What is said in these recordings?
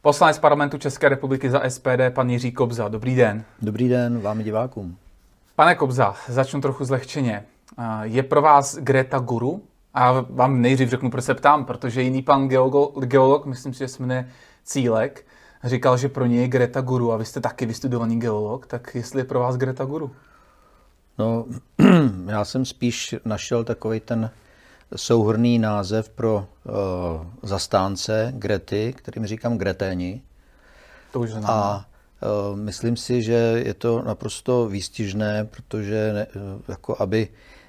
Poslanec parlamentu České republiky za SPD, pan Jiří Kobza. Dobrý den. Dobrý den vám divákům. Pane Kobza, začnu trochu zlehčeně. Je pro vás Greta guru? A vám nejdřív řeknu, proč se ptám, protože jiný pan geolog, myslím si, že se jmenuje Cílek, říkal, že pro něj je Greta guru a vy jste taky vystudovaný geolog, tak jestli je pro vás Greta guru? No, já jsem spíš našel takový ten souhrnný název pro zastánce Grety, kterým říkám Greténi. To už znám. A myslím si, že je to naprosto výstižné, protože jako aby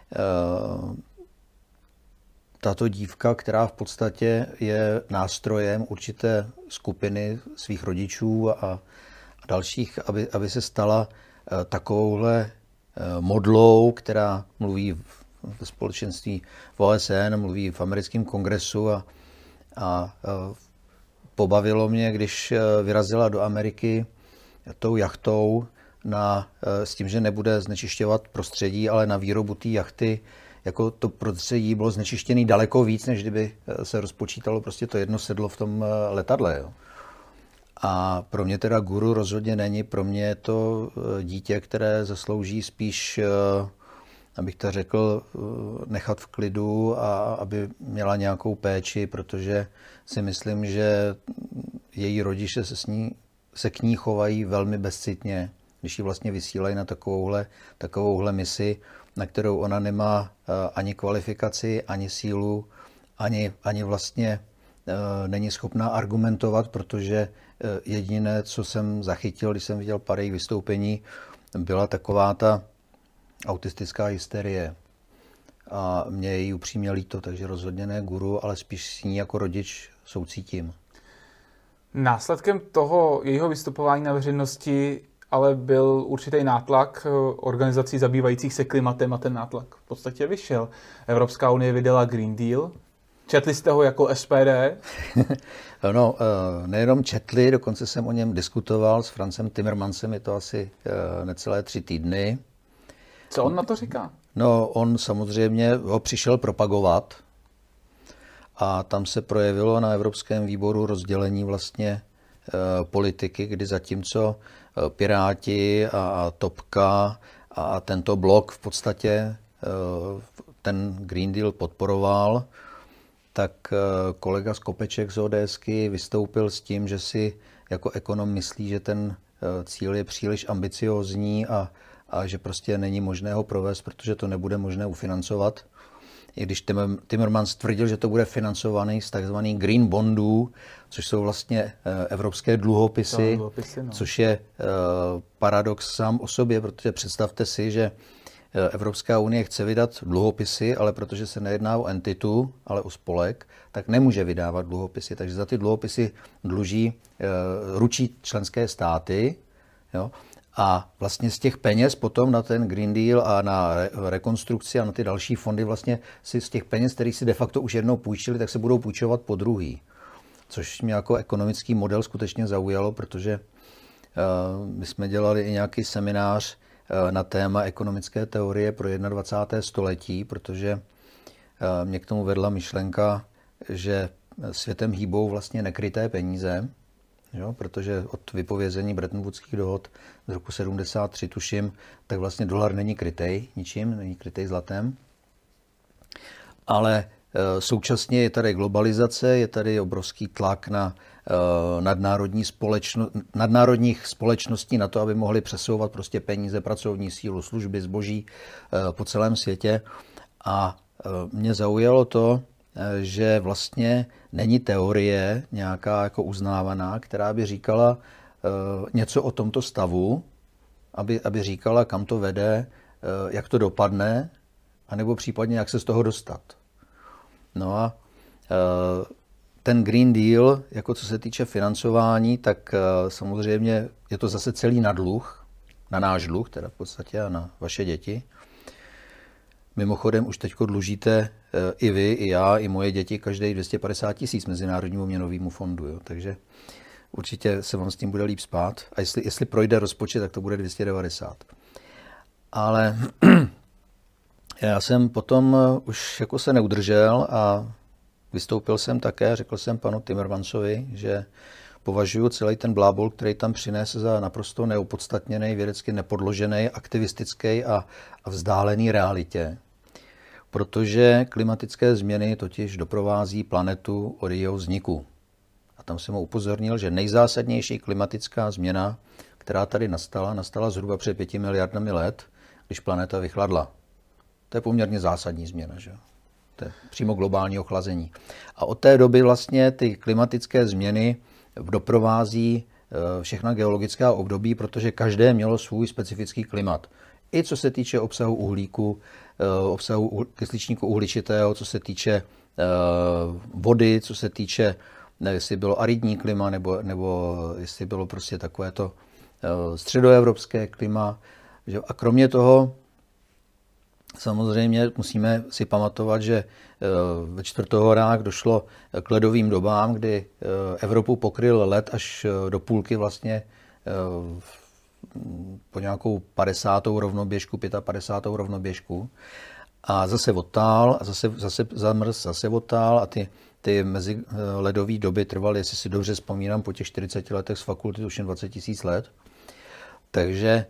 tato dívka, která v podstatě je nástrojem určité skupiny svých rodičů a dalších, aby se stala takovouhle modlou, která mluví ve společenství v OSN, mluví v americkém kongresu a pobavilo mě, když vyrazila do Ameriky tou jachtou s tím, že nebude znečišťovat prostředí, ale na výrobu té jachty jako to prostředí bylo znečištěné daleko víc, než kdyby se rozpočítalo prostě to jedno sedlo v tom letadle. Jo. A pro mě teda guru rozhodně není, pro mě je to dítě, které zaslouží spíš, abych to řekl, nechat v klidu a aby měla nějakou péči, protože si myslím, že její rodiče se k ní chovají velmi bezcitně, když ji vlastně vysílají na takovouhle misi, na kterou ona nemá ani kvalifikaci, ani sílu, ani vlastně není schopná argumentovat, protože jediné, co jsem zachytil, když jsem viděl pár jejich vystoupení, byla taková ta autistická hysterie. A mě je jí upřímně líto, takže rozhodně ne guru, ale spíš s ní jako rodič soucítím. Následkem toho jejího vystupování na veřejnosti ale byl určitý nátlak organizací zabývajících se klimatem a ten nátlak v podstatě vyšel. Evropská unie vydala Green Deal. Četli jste ho jako SPD? No, nejenom četli, dokonce jsem o něm diskutoval s Francem Timmermansem, je to asi necelé 3 týdny. Co on na to říká? No, on samozřejmě ho přišel propagovat a tam se projevilo na Evropském výboru rozdělení vlastně politiky, kdy zatímco Piráti a Topka a tento blok v podstatě ten Green Deal podporoval, tak kolega Skopeček z ODSky vystoupil s tím, že si jako ekonom myslí, že ten cíl je příliš ambiciózní a že prostě není možné ho provést, protože to nebude možné ufinancovat. I když Timmermans tvrdil, že to bude financovaný z takzvaných green bondů, což jsou vlastně evropské dluhopisy, což je paradox sám o sobě, protože představte si, že Evropská unie chce vydat dluhopisy, ale protože se nejedná o entitu, ale o spolek, tak nemůže vydávat dluhopisy. Takže za ty dluhopisy ručí členské státy. Jo? A vlastně z těch peněz potom na ten Green Deal a na rekonstrukci a na ty další fondy vlastně si z těch peněz, které si de facto už jednou půjčili, tak se budou půjčovat po druhý. Což mě jako ekonomický model skutečně zaujalo, protože my jsme dělali i nějaký seminář na téma ekonomické teorie pro 21. století, protože mě k tomu vedla myšlenka, že světem hýbou vlastně nekryté peníze, jo, protože od vypovězení Bretton Woodských dohod z roku 73, tuším, tak vlastně dolar není krytej ničím, není krytej zlatem. Ale současně je tady globalizace, je tady obrovský tlak na nadnárodních společností na to, aby mohly přesouvat prostě peníze, pracovní sílu, služby, zboží po celém světě. A mě zaujalo to, že vlastně není teorie nějaká jako uznávaná, která by říkala něco o tomto stavu, aby říkala, kam to vede, jak to dopadne, anebo případně, jak se z toho dostat. No a ten Green Deal, jako co se týče financování, tak samozřejmě je to zase celý na dluh, na náš dluh, teda v podstatě a na vaše děti. Mimochodem už teď dlužíte i vy, i já, i moje děti každý 250 000 Mezinárodnímu měnovému fondu. Jo. Takže určitě se vám s tím bude líp spát. A jestli projde rozpočet, tak to bude 290. Ale já jsem potom už jako se neudržel a vystoupil jsem také, řekl jsem panu Timmermansovi, že považuji celý ten blábol, který tam přinese, za naprosto neopodstatněný, vědecky nepodložený, aktivistický a vzdálený realitě. Protože klimatické změny totiž doprovází planetu od jejího vzniku. A tam jsem ho upozornil, že nejzásadnější klimatická změna, která tady nastala zhruba před 5 miliardami let, když planeta vychladla. To je poměrně zásadní změna, že? To je přímo globální ochlazení. A od té doby vlastně ty klimatické změny doprovází všechna geologická období, protože každé mělo svůj specifický klimat. I co se týče obsahu uhlíku, obsahu kysličníku uhličitého, co se týče vody, co se týče, jestli bylo aridní klima, nebo jestli bylo prostě takovéto středoevropské klima. A kromě toho samozřejmě musíme si pamatovat, že ve čtvrtohorách došlo k ledovým dobám, kdy Evropu pokryl led až do půlky vlastně po nějakou 50. rovnoběžku, 55. rovnoběžku. A zase odtál, a zase zamrz, zase odtál a ty meziledové doby trvaly, jestli si dobře vzpomínám, po těch 40 letech z fakulty už jen 20 000 let. Takže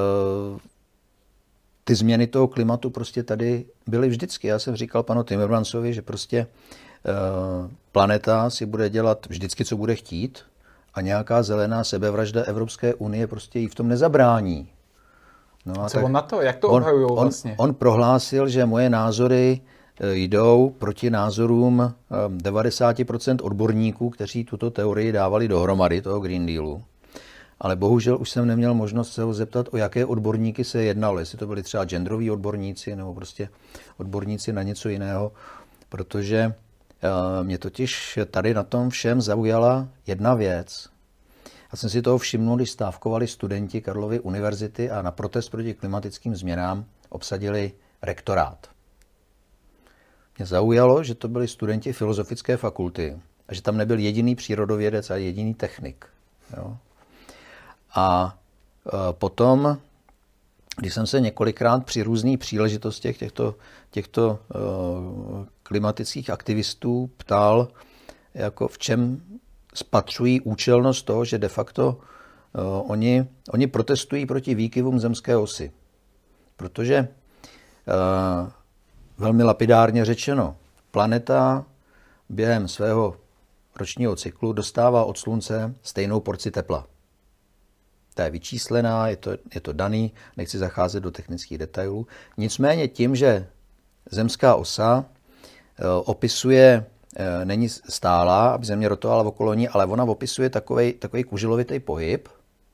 ty změny toho klimatu prostě tady byly vždycky. Já jsem říkal panu Timmermansovi, že prostě planeta si bude dělat vždycky, co bude chtít a nějaká zelená sebevražda Evropské unie prostě jí v tom nezabrání. No a co on na to? Jak to obhajujou vlastně? On prohlásil, že moje názory jdou proti názorům 90% odborníků, kteří tuto teorii dávali dohromady, toho Green Dealu. Ale bohužel už jsem neměl možnost se ho zeptat, o jaké odborníky se jednalo. Jestli to byli třeba genderoví odborníci nebo prostě odborníci na něco jiného. Protože mě totiž tady na tom všem zaujala jedna věc. Já jsem si toho všimnul, když stávkovali studenti Karlovy univerzity a na protest proti klimatickým změnám obsadili rektorát. Mě zaujalo, že to byli studenti filozofické fakulty a že tam nebyl jediný přírodovědec a jediný technik. Jo? A potom, když jsem se několikrát při různých příležitostech těchto klimatických aktivistů ptal, jako v čem spatřují účelnost toho, že de facto oni protestují proti výkyvům zemské osy. Protože velmi lapidárně řečeno, planeta během svého ročního cyklu dostává od slunce stejnou porci tepla. Ta je vyčíslená, je to daný, nechci zacházet do technických detailů. Nicméně tím, že zemská osa opisuje, není stálá, aby Země rotovala okolo ní, ale ona opisuje takový kuželovitý pohyb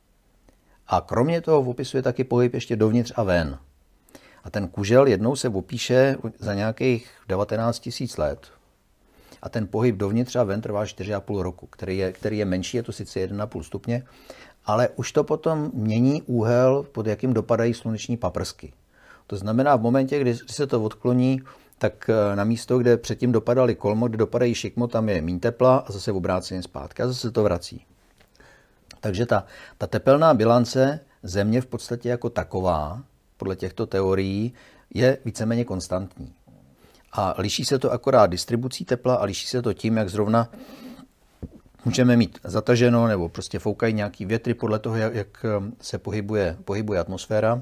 a kromě toho opisuje taky pohyb ještě dovnitř a ven. A ten kužel jednou se opíše za nějakých 19 000 let a ten pohyb dovnitř a ven trvá 4,5 roku, který je menší, je to sice 1,5 stupně, ale už to potom mění úhel, pod jakým dopadají sluneční paprsky. To znamená, v momentě, kdy se to odkloní, tak na místo, kde předtím dopadaly kolmo, kde dopadají šikmo, tam je méně tepla a zase obráceně zpátky a zase se to vrací. Takže ta tepelná bilance Země v podstatě jako taková, podle těchto teorií, je víceméně konstantní. A liší se to akorát distribucí tepla a liší se to tím, jak zrovna můžeme mít zataženo nebo prostě foukají nějaký větry podle toho, jak se pohybuje atmosféra.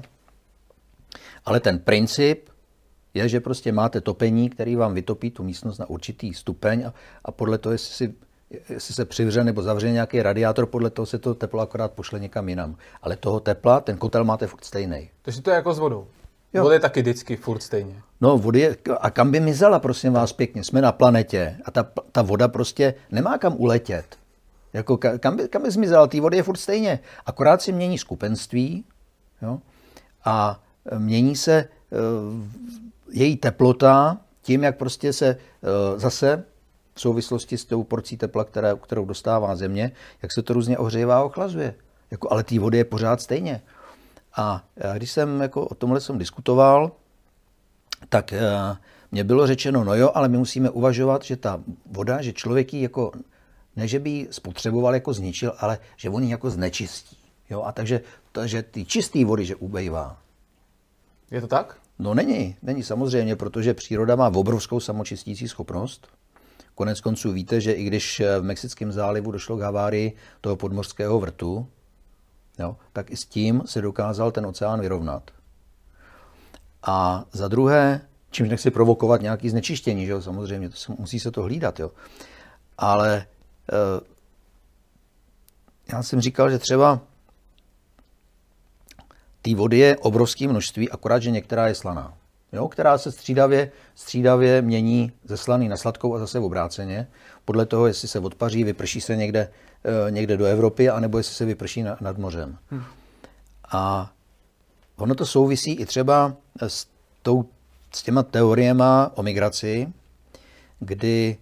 Ale ten princip je, že prostě máte topení, který vám vytopí tu místnost na určitý stupeň a podle toho, jestli se přivře nebo zavře nějaký radiátor, podle toho se to teplo akorát pošle někam jinam. Ale toho tepla, ten kotel máte furt stejný. Takže to je jako s vodou. Jo. Voda je taky vždycky furt stejně. No, vody je, a kam by mizela, prosím vás pěkně? Jsme na planetě a ta voda prostě nemá kam uletět. Jako kam by zmizela? Té vody je furt stejně. Akorát si mění skupenství, jo? A mění se její teplota tím, jak prostě se zase v souvislosti s tou porcí tepla, kterou dostává Země, jak se to různě ohřejevá a ochlazuje. Jako, ale té vody je pořád stejně. A když jsem jako o tomhle jsem diskutoval, tak mně bylo řečeno, no jo, ale my musíme uvažovat, že ta voda, že člověk ji jako, ne, že by ji spotřeboval jako zničil, ale že on ji jako znečistí. Jo? A takže ty čisté vody, že ubejvá. Je to tak? No není samozřejmě, protože příroda má obrovskou samočistící schopnost. Konec konců víte, že i když v Mexickém zálivu došlo k havárii toho podmořského vrtu, jo, tak i s tím se dokázal ten oceán vyrovnat. A za druhé, čímž nechci provokovat nějaké znečištění, že jo, samozřejmě, musí se to hlídat, jo. Ale já jsem říkal, že třeba té vody je obrovské množství, akorát, že některá je slaná, jo, která se střídavě mění ze slaný na sladkou a zase obráceně, podle toho, jestli se odpaří, vyprší se někde do Evropy, anebo jestli se vyprší nad mořem. A ono to souvisí i třeba s těma teoriema o migraci, kdy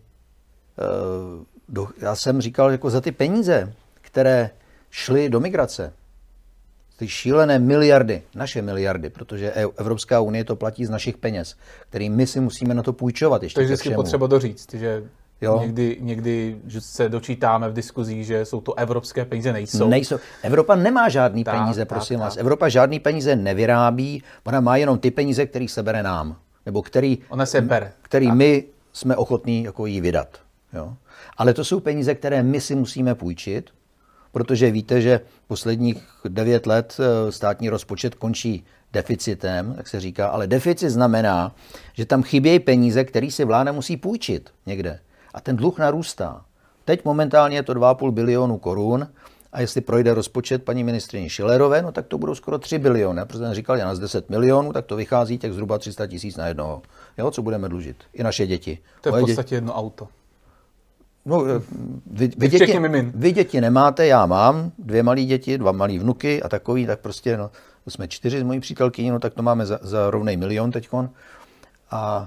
já jsem říkal, jako za ty peníze, které šly do migrace, ty šílené miliardy, naše miliardy, protože Evropská unie to platí z našich peněz, který my si musíme na to půjčovat ještě. To je vždycky potřeba doříct, že někdy se dočítáme v diskuzích, že jsou to evropské peníze, nejsou. Evropa nemá žádný peníze, prosím vás. Evropa žádný peníze nevyrábí, ona má jenom ty peníze, který se bere nám, nebo který my jsme ochotní jako jí vydat. Jo? Ale to jsou peníze, které my si musíme půjčit, protože víte, že posledních 9 let státní rozpočet končí deficitem, tak se říká, ale deficit znamená, že tam chybějí peníze, které si vláda musí půjčit někde. A ten dluh narůstá. Teď momentálně je to 2,5 bilionu korun a jestli projde rozpočet paní ministryni Schillerové, no tak to budou skoro 3 biliony. Protože jsem říkal, že nás 10 milionů, tak to vychází těch zhruba 300 000 na jednoho. Jo, co budeme dlužit? I naše děti. To je v podstatě jedno auto. No, vy děti nemáte, já mám 2 malé děti, 2 malé vnuky a takový, tak prostě, no, jsme 4 z mojí přítelkyní, no tak to máme za rovnej milion teďkon. A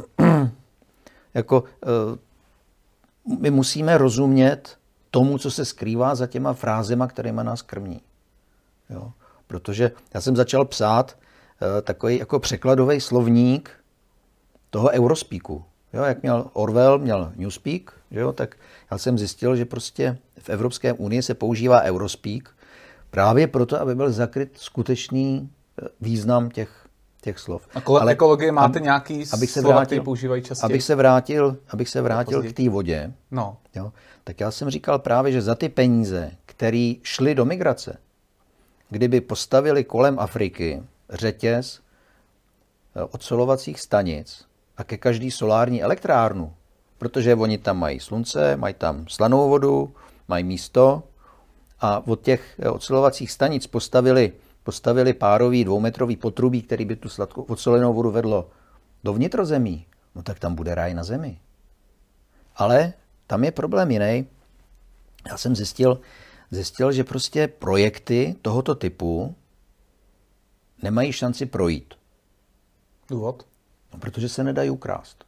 jako my musíme rozumět tomu, co se skrývá za těma frázema, kterýma nás krmí. Jo? Protože já jsem začal psát takový jako překladový slovník toho Eurospeaku. Jo, jak měl Orwell, měl Newspeak, že jo, tak já jsem zjistil, že prostě v Evropské unii se používá Eurospeak právě proto, aby byl zakryt skutečný význam těch slov. A ekologie máte nějaký slova, který používají častěji? Abych se vrátil k té vodě, no. Jo, tak já jsem říkal právě, že za ty peníze, které šly do migrace, kdyby postavili kolem Afriky řetěz odsolovacích stanic a ke každý solární elektrárnu, protože oni tam mají slunce, mají tam slanou vodu, mají místo a od těch odsolovacích stanic postavili párový 2metrový potrubí, který by tu sladkou odsolenou vodu vedlo do vnitrozemí, no tak tam bude ráj na zemi. Ale tam je problém jiný. Já jsem zjistil, že prostě projekty tohoto typu nemají šanci projít. Důvod? No, protože se nedají ukrást.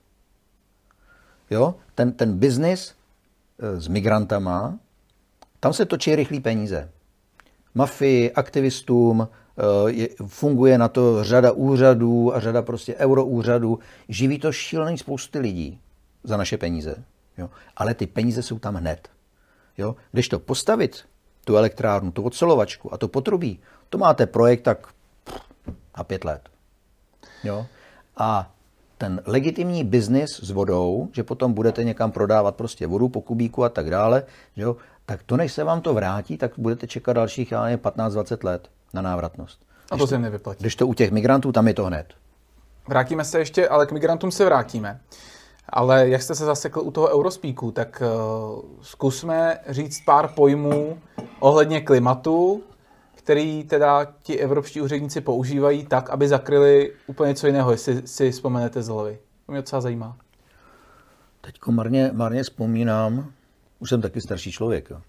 Jo? Ten biznis s migrantama, tam se točí rychlý peníze. Mafii, aktivistům, funguje na to řada úřadů a řada prostě euroúřadů. Živí to šílený spousty lidí za naše peníze. Jo? Ale ty peníze jsou tam hned. Jo? Když to postavit, tu elektrárnu, tu odsolovačku a to potrubí, to máte projekt tak na 5 let. Jo? A ten legitimní biznis s vodou, že potom budete někam prodávat prostě vodu po kubíku a tak dále, jo? Tak to, než se vám to vrátí, tak budete čekat dalších 15-20 let na návratnost. A to se nevyplatí. Když to u těch migrantů, tam je to hned. Vrátíme se ještě, ale k migrantům se vrátíme. Ale jak jste se zasekl u toho Eurospeaku, tak zkusme říct pár pojmů ohledně klimatu, který teda ti evropští úředníci používají tak, aby zakryli úplně něco jiného, jestli si vzpomenete z hlavy. To mě docela zajímá. Teďko marně vzpomínám, už jsem taky starší člověk, jo.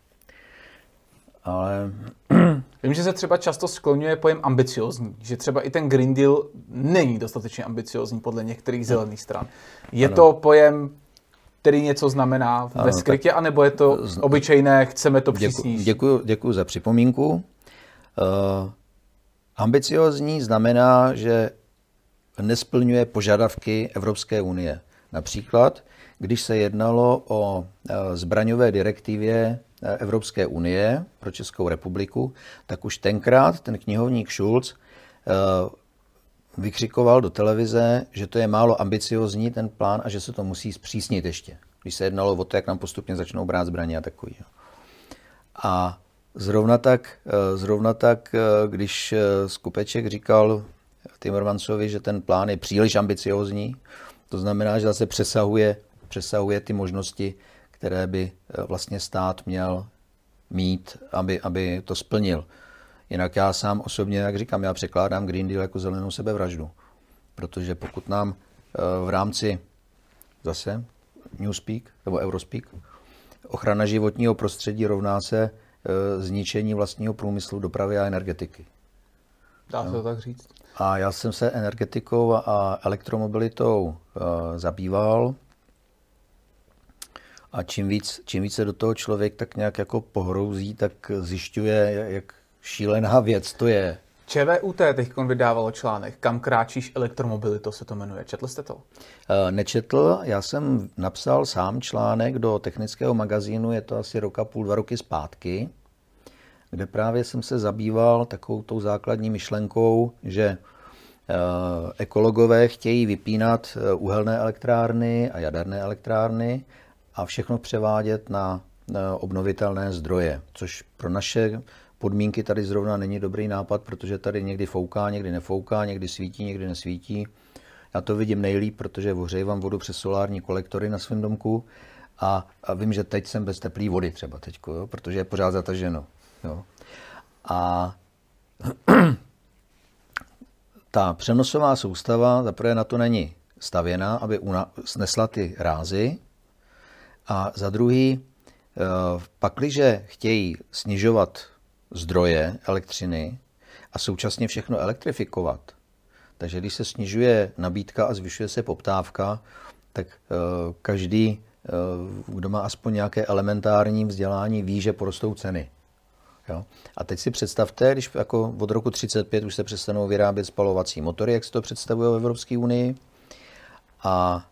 Ale... Vím, že se třeba často skloňuje pojem ambiciózní, že třeba i ten Green Deal není dostatečně ambiciózní podle některých zelených stran. Je to pojem, který něco znamená ve skrytě, anebo je to obyčejné, chceme to přísnější? Děkuji za připomínku. Ambiciózní znamená, že nesplňuje požadavky Evropské unie. Například, když se jednalo o zbraňové direktivě Evropské unie pro Českou republiku, tak už tenkrát ten knihovník Schulz vykřikoval do televize, že to je málo ambiciózní ten plán a že se to musí zpřísnit ještě. když se jednalo o to, jak nám postupně začnou brát zbraně a takový. Jo. A zrovna tak, když Skopeček říkal Timmermansovi, že ten plán je příliš ambiciózní, to znamená, že zase přesahuje ty možnosti, které by vlastně stát měl mít, aby to splnil. Jinak já sám osobně, jak říkám, já překládám Green Deal jako zelenou sebevraždu. Protože pokud nám v rámci zase Newspeak nebo Eurospeak ochrana životního prostředí rovná se zničení vlastního průmyslu, dopravy a energetiky. Dá se to tak říct. A já jsem se energetikou a elektromobilitou zabýval. A čím víc se do toho člověk tak nějak jako pohrouzí, tak zjišťuje, jak šílená věc to je. ČVUT teď vydávalo článek Kam kráčíš elektromobilitou, se to jmenuje. Četl jste to? Nečetl, já jsem napsal sám článek do technického magazínu, je to asi rok a půl, 2 roky zpátky, kde právě jsem se zabýval takovou tou základní myšlenkou, že ekologové chtějí vypínat uhelné elektrárny a jaderné elektrárny a všechno převádět na obnovitelné zdroje, což pro naše podmínky tady zrovna není dobrý nápad, protože tady někdy fouká, někdy nefouká, někdy svítí, někdy nesvítí. Já to vidím nejlíp, protože ohřejvám vodu přes solární kolektory na svém domku a vím, že teď jsem bez teplé vody třeba teďko, jo, protože je pořád zataženo. Jo. A ta přenosová soustava zaprvé na to není stavěná, aby snesla ty rázy, a za druhý, pakliže chtějí snižovat zdroje elektřiny a současně všechno elektrifikovat, takže když se snižuje nabídka a zvyšuje se poptávka, tak každý, kdo má aspoň nějaké elementární vzdělání, ví, že porostou ceny. Jo? A teď si představte, když jako od roku 1935 už se přestanou vyrábět spalovací motory, jak se to představuje v Evropské unii, a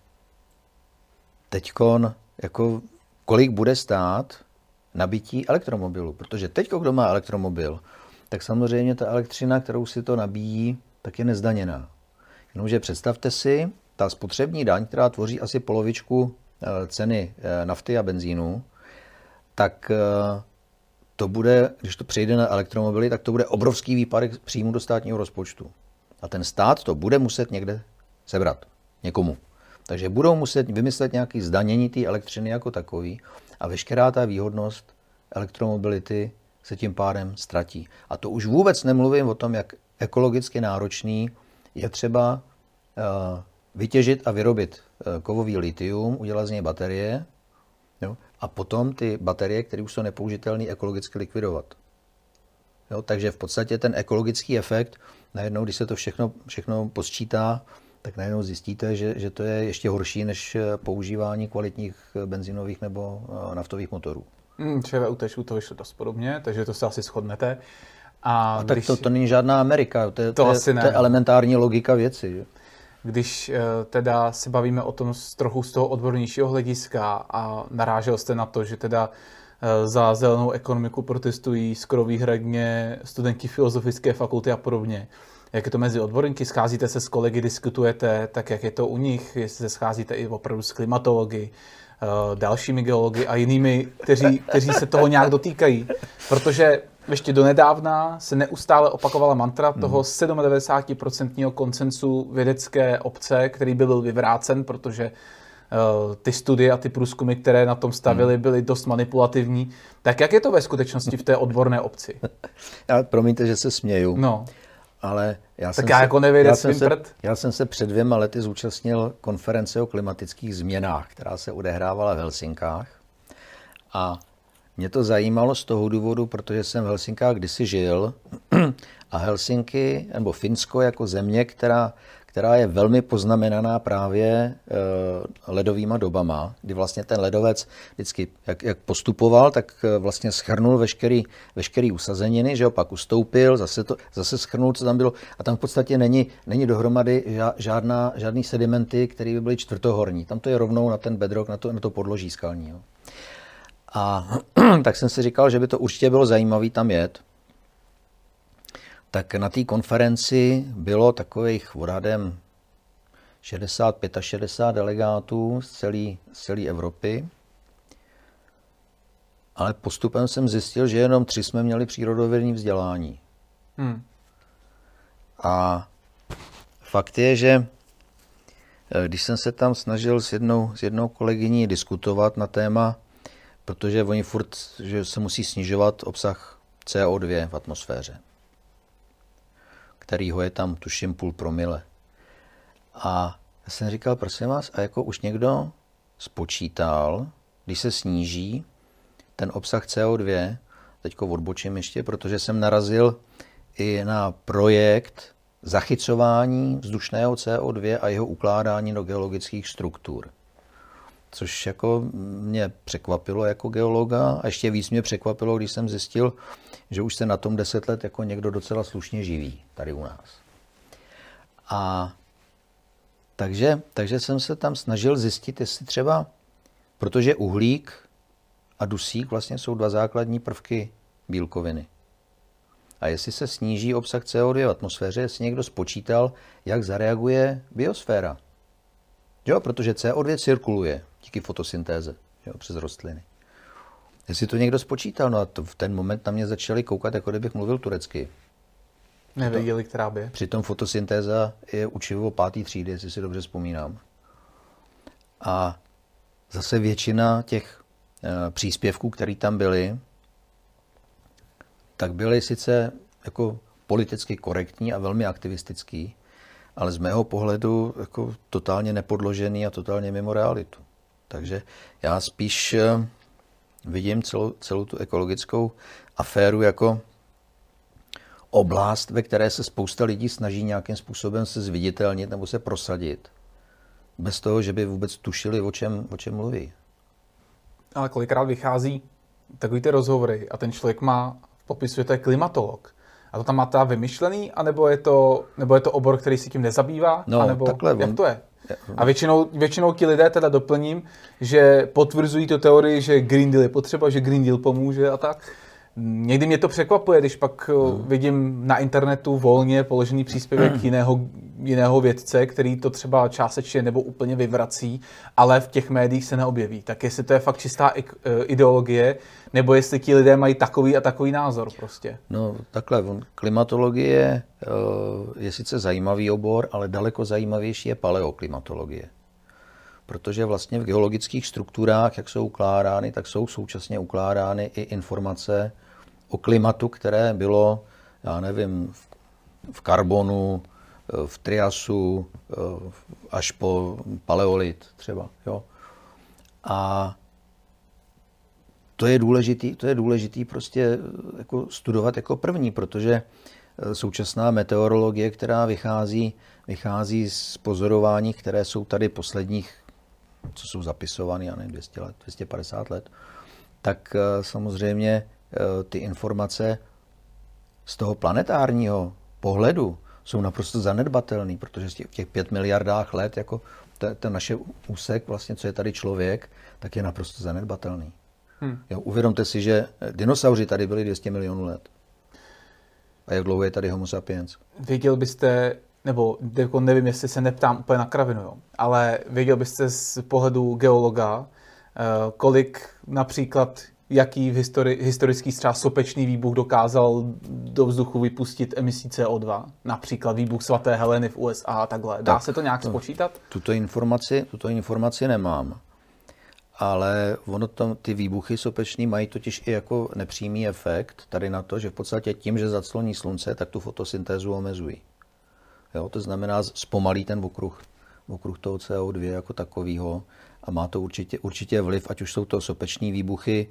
teďkon jako kolik bude stát nabití elektromobilu. Protože teď, kdo má elektromobil, tak samozřejmě ta elektřina, kterou si to nabíjí, tak je nezdaněná. Jenomže představte si, ta spotřební daň, která tvoří asi polovičku ceny nafty a benzínu, tak to bude, když to přejde na elektromobily, tak to bude obrovský výpadek příjmu do státního rozpočtu. A ten stát to bude muset někde sebrat. Někomu. Takže budou muset vymyslet nějaké zdanění té elektřiny jako takový a veškerá ta výhodnost elektromobility se tím pádem ztratí. A to už vůbec nemluvím o tom, jak ekologicky náročný je třeba vytěžit a vyrobit kovový litium, udělat z něj baterie, jo, a potom ty baterie, které už jsou nepoužitelné, ekologicky likvidovat. Jo, takže v podstatě ten ekologický efekt, najednou, když se to všechno posčítá, tak najednou zjistíte, že to je ještě horší než používání kvalitních benzinových nebo naftových motorů. ČVUT to vyšlo dost podobně, takže to se asi shodnete. A tak to není žádná Amerika, to je elementární logika věci. Že? Když teda se bavíme o tom trochu z toho odbornějšího hlediska a narážel jste na to, že teda za zelenou ekonomiku protestují skoro výhradně studenti filozofické fakulty a podobně. Jak je to mezi odborníky? Scházíte se s kolegy, diskutujete, tak jak je to u nich? Jestli se scházíte i opravdu s klimatology, dalšími geology a jinými, kteří se toho nějak dotýkají. Protože ještě donedávna se neustále opakovala mantra toho 97% konsensu vědecké obce, který by byl vyvrácen, protože ty studie a ty průzkumy, které na tom stavily, byly dost manipulativní. Tak jak je to ve skutečnosti v té odborné obci? Promiňte, že se směju. No. Ale já jsem se před 2 lety zúčastnil konference o klimatických změnách, která se odehrávala v Helsinkách. A mě to zajímalo z toho důvodu, protože jsem v Helsinkách kdysi žil a Helsinky, nebo Finsko jako země, která je velmi poznamenaná právě ledovýma dobama, kdy vlastně ten ledovec vždycky, jak postupoval, tak vlastně schrnul veškerý usazeniny, že opak ustoupil, zase schrnul, co tam bylo, a tam v podstatě není dohromady žádný sedimenty, které by byly čtvrtohorní. Tam to je rovnou na ten bedrock, na to podloží skalní. Jo. A tak jsem si říkal, že by to určitě bylo zajímavé tam jet. Tak na té konferenci bylo takových odhadem 60 delegátů z celé Evropy. Ale postupem jsem zjistil, že jenom 3 jsme měli přírodovědné vzdělání. A fakt je, že když jsem se tam snažil s jednou kolegyní diskutovat na téma, protože oni furt, že se musí snižovat obsah CO2 v atmosféře, kterýho je tam tuším 0,5 promile. A já jsem říkal, prosím vás, a jako už někdo spočítal, když se sníží ten obsah CO2, teďko odbočím ještě, protože jsem narazil i na projekt zachycování vzdušného CO2 a jeho ukládání do geologických struktur. Což jako mě překvapilo jako geologa a ještě víc mě překvapilo, když jsem zjistil, že už se na tom 10 let jako někdo docela slušně živí tady u nás. A takže jsem se tam snažil zjistit, jestli třeba, protože uhlík a dusík vlastně jsou 2 základní prvky bílkoviny. A jestli se sníží obsah CO2 v atmosféře, jestli někdo spočítal, jak zareaguje biosféra. Jo, protože CO2 cirkuluje díky fotosyntéze, jo, přes rostliny. Jestli to někdo spočítal, no a v ten moment na mě začali koukat, jako kdybych mluvil turecky. Nevěděli, která by. Přitom fotosyntéza je učivo 5. třídy, jestli si dobře vzpomínám. A zase většina těch příspěvků, které tam byly, tak byly sice jako politicky korektní a velmi aktivistický, ale z mého pohledu jako totálně nepodložený a totálně mimo realitu. Takže já spíš vidím celou tu ekologickou aféru jako oblast, ve které se spousta lidí snaží nějakým způsobem se zviditelnit nebo se prosadit, bez toho, že by vůbec tušili, o čem mluví. Ale kolikrát vychází takový ty rozhovory a ten člověk popisuje, to je klimatolog. A to tam má teda vymyšlený, anebo je to obor, který si tím nezabývá? No, anebo takhle. Jak to je? A většinou ti lidé teda doplním, že potvrzují tu teorii, že Green Deal je potřeba, že Green Deal pomůže a tak. Někdy mě to překvapuje, když pak vidím na internetu volně položený příspěvek jiného vědce, který to třeba částečně nebo úplně vyvrací, ale v těch médiích se neobjeví. Tak jestli to je fakt čistá ideologie, nebo jestli ti lidé mají takový a takový názor prostě. No takhle, klimatologie je sice zajímavý obor, ale daleko zajímavější je paleoklimatologie. Protože vlastně v geologických strukturách, jak jsou ukládány, tak jsou současně ukládány i informace o klimatu, které bylo, já nevím, v karbonu, v triasu, až po paleolit třeba. Jo. A to je důležitý prostě jako studovat jako první, protože současná meteorologie, která vychází z pozorování, které jsou tady posledních, co jsou zapisovány, já nevím, 200 let, 250 let, tak samozřejmě ty informace z toho planetárního pohledu jsou naprosto zanedbatelné, protože v těch 5 miliardách let, jako ten naše úsek, vlastně, co je tady člověk, tak je naprosto zanedbatelný. Jo, uvědomte si, že dinosauři tady byli 200 milionů let. A jak dlouho je tady Homo sapiens? Věděl byste, nebo nevím, jestli se neptám úplně na kravinu, jo, ale věděl byste z pohledu geologa, kolik například, jaký historický třeba sopečný výbuch dokázal do vzduchu vypustit emisí CO2, například výbuch svaté Heleny v USA a takhle. Dá se to nějak spočítat? Tuto informaci nemám. Ale ty výbuchy sopečný mají totiž i jako nepřímý efekt tady na to, že v podstatě tím, že zacloní slunce, tak tu fotosyntézu omezují. Jo, to znamená, zpomalí ten okruh toho CO2 jako takového a má to určitě vliv, ať už jsou to sopeční výbuchy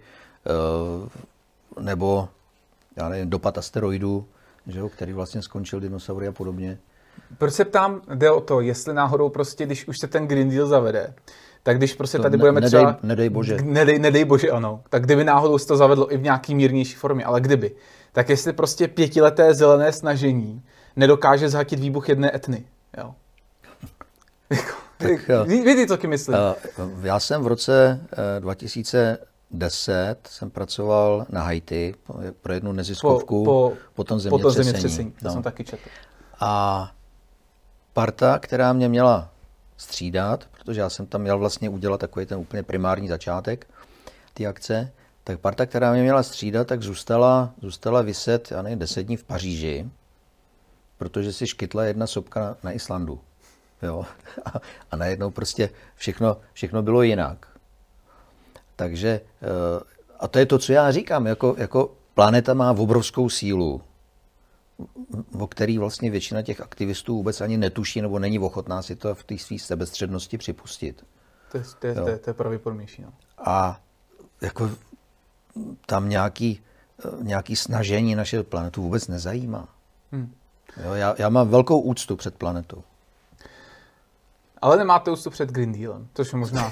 nebo já nevím, dopad asteroidů, že jo, který vlastně skončil dinosaury a podobně. Proč se ptám, jde o to, jestli náhodou prostě, když už se ten Green Deal zavede, tak když prostě tady budeme třeba... Nedej bože. Nedej bože, ano. Tak kdyby náhodou se to zavedlo i v nějaký mírnější formě, ale kdyby, tak jestli prostě 5leté zelené snažení nedokáže zhatit výbuch jedné etny, jo. Víte, co tím myslím? Já jsem v roce 2010 jsem pracoval na Haiti pro jednu neziskovku po tom zemětřesení. To jsem taky četl. A parta, která mě měla střídat, protože já jsem tam měl vlastně udělat takový ten úplně primární začátek té akce, tak parta, která mě měla střídat, tak zůstala viset, já nevím, 10 dní v Paříži, protože si škytla jedna sopka na Islandu. Jo? A najednou prostě všechno bylo jinak. Takže, a to je to, co já říkám, jako planeta má obrovskou sílu, o který vlastně většina těch aktivistů vůbec ani netuší nebo není ochotná si to v té své sebestřednosti připustit. To je pravděpodobnější. No. A jako tam nějaký snažení naše planetu vůbec nezajímá. Jo, já mám velkou úctu před planetou. Ale nemáte úctu před Green Dealem, což je možná.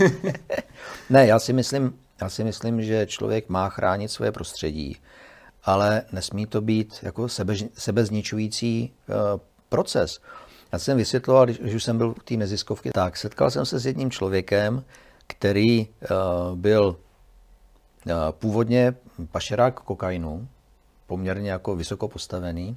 Ne, já si myslím, že člověk má chránit své prostředí, ale nesmí to být jako sebezničující proces. Já jsem vysvětloval, když už jsem byl v té neziskovky, tak setkal jsem se s jedním člověkem, který byl původně pašerák kokainu, poměrně jako vysoko postavený.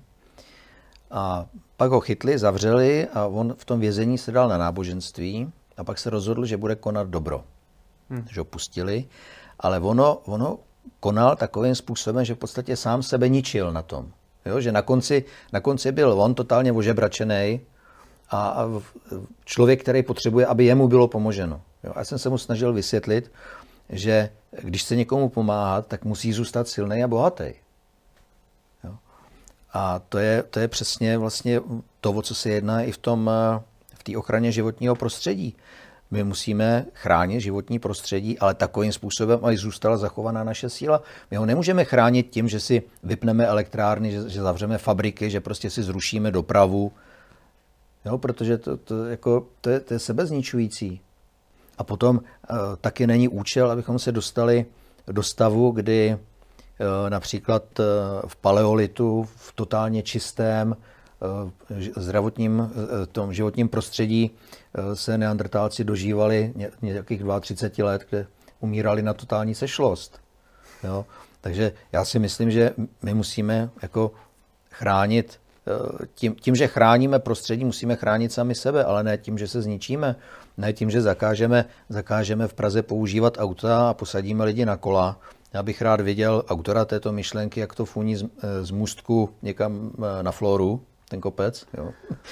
A pak ho chytli, zavřeli a on v tom vězení se dal na náboženství a pak se rozhodl, že bude konat dobro. Že ho pustili, ale ono konal takovým způsobem, že v podstatě sám sebe ničil na tom. Jo? Že na konci byl on totálně ožebračený a člověk, který potřebuje, aby jemu bylo pomoženo. Jo? A já jsem se mu snažil vysvětlit, že když chce někomu pomáhat, tak musí zůstat silný a bohatý. Jo? A to je přesně vlastně to, o co se jedná i v té ochraně životního prostředí. My musíme chránit životní prostředí, ale takovým způsobem, aby zůstala zachovaná naše síla. My ho nemůžeme chránit tím, že si vypneme elektrárny, že zavřeme fabriky, že prostě si zrušíme dopravu, jo, protože to je sebezničující. A potom taky není účel, abychom se dostali do stavu, kdy například v paleolitu, v totálně čistém tom životním prostředí se neandrtálci dožívali nějakých 32 let, kde umírali na totální sešlost. Jo? Takže já si myslím, že my musíme jako chránit, tím, že chráníme prostředí, musíme chránit sami sebe, ale ne tím, že se zničíme, ne tím, že zakážeme v Praze používat auta a posadíme lidi na kola. Já bych rád viděl autora této myšlenky, jak to funí z můstku někam na Floru, ten kopec, jo.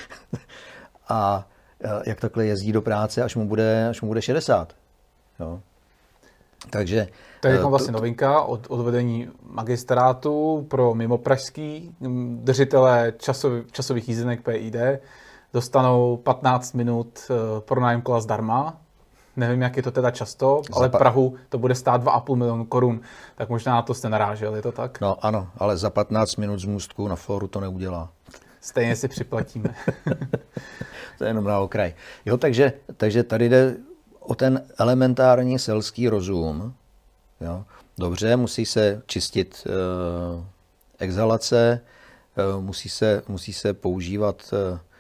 A jak takhle jezdí do práce, až mu bude 60. Jo. Takže to je vlastně novinka od vedení magistrátu pro mimopražský držitelé časových jízdenek PID dostanou 15 minut pronájem kola zdarma. Nevím, jak je to teda často, ale Prahu to bude stát 2,5 milionu korun, tak možná na to jste narážel, je to tak? No ano, ale za 15 minut z můstku na Floru to neudělá. Stejně si připlatíme. To je jenom na okraj. Jo, takže tady jde o ten elementární selský rozum. Jo. Dobře, musí se čistit exhalace, musí se používat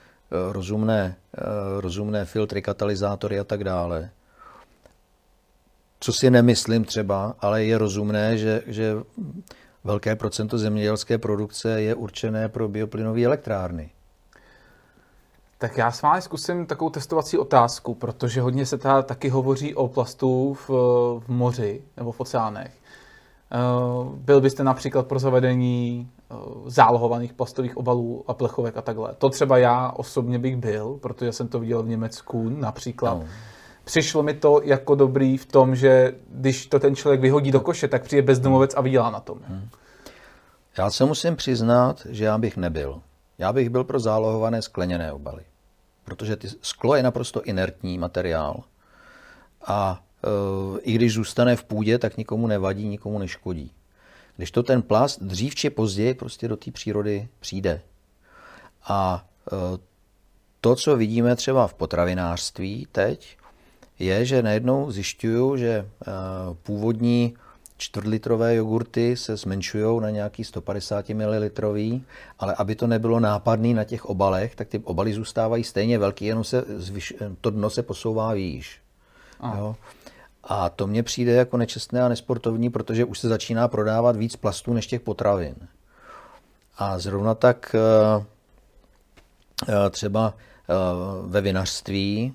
rozumné filtry, katalyzátory a tak dále. Co si nemyslím třeba, ale je rozumné, že velké procento zemědělské produkce je určené pro bioplynové elektrárny. Tak já s vámi zkusím takovou testovací otázku, protože hodně se taky hovoří o plastu v moři nebo v oceánech. Byl byste například pro zavedení zálohovaných plastových obalů a plechovek a takhle. To třeba já osobně bych byl, protože jsem to viděl v Německu například. No. Přišlo mi to jako dobrý v tom, že když to ten člověk vyhodí do koše, tak přijde bezdomovec a vydělá na tom. Já se musím přiznat, že já bych nebyl. Já bych byl pro zálohované skleněné obaly. Protože sklo je naprosto inertní materiál. A i když zůstane v půdě, tak nikomu nevadí, nikomu neškodí. Když to ten plast dřív či později prostě do té přírody přijde. A to, co vidíme třeba v potravinářství teď, je, že najednou zjišťuju, že původní 4litrové jogurty se zmenšují na nějaký 150 ml, ale aby to nebylo nápadný na těch obalech, tak ty obaly zůstávají stejně velký, jenom to dno se posouvá výš. Jo? A to mně přijde jako nečestné a nesportovní, protože už se začíná prodávat víc plastů než těch potravin. A zrovna tak třeba ve vinařství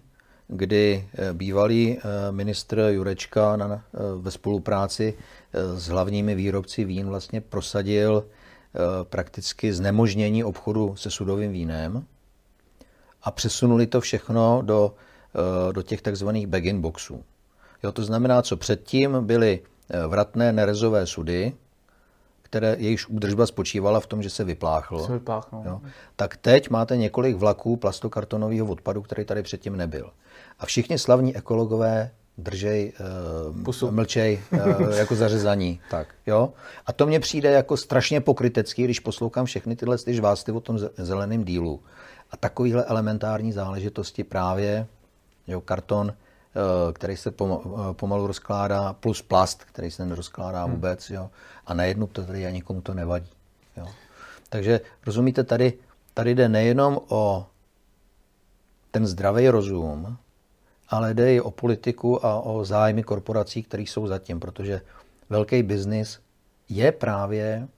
kdy bývalý ministr Jurečka ve spolupráci s hlavními výrobci vín vlastně prosadil prakticky znemožnění obchodu se sudovým vínem a přesunuli to všechno do těch takzvaných bag-in boxů. Jo, to znamená, co předtím byly vratné nerezové sudy, jejichž údržba spočívala v tom, že se vypláchlo. Jo. Tak teď máte několik vlaků plastokartonového odpadu, který tady předtím nebyl. A všichni slavní ekologové mlčej jako zařezaní. Tak, jo? A to mně přijde jako strašně pokrytecký, když poslouchám všechny tyhle žvásty o tom zeleném dílu. A takovýhle elementární záležitosti právě, jo, karton, který se pomalu rozkládá, plus plast, který se nerozkládá vůbec, jo, a najednou to tady a nikomu to nevadí. Jo. Takže rozumíte, tady jde nejenom o ten zdravý rozum, ale jde i o politiku a o zájmy korporací, které jsou zatím, protože velký biznis je právě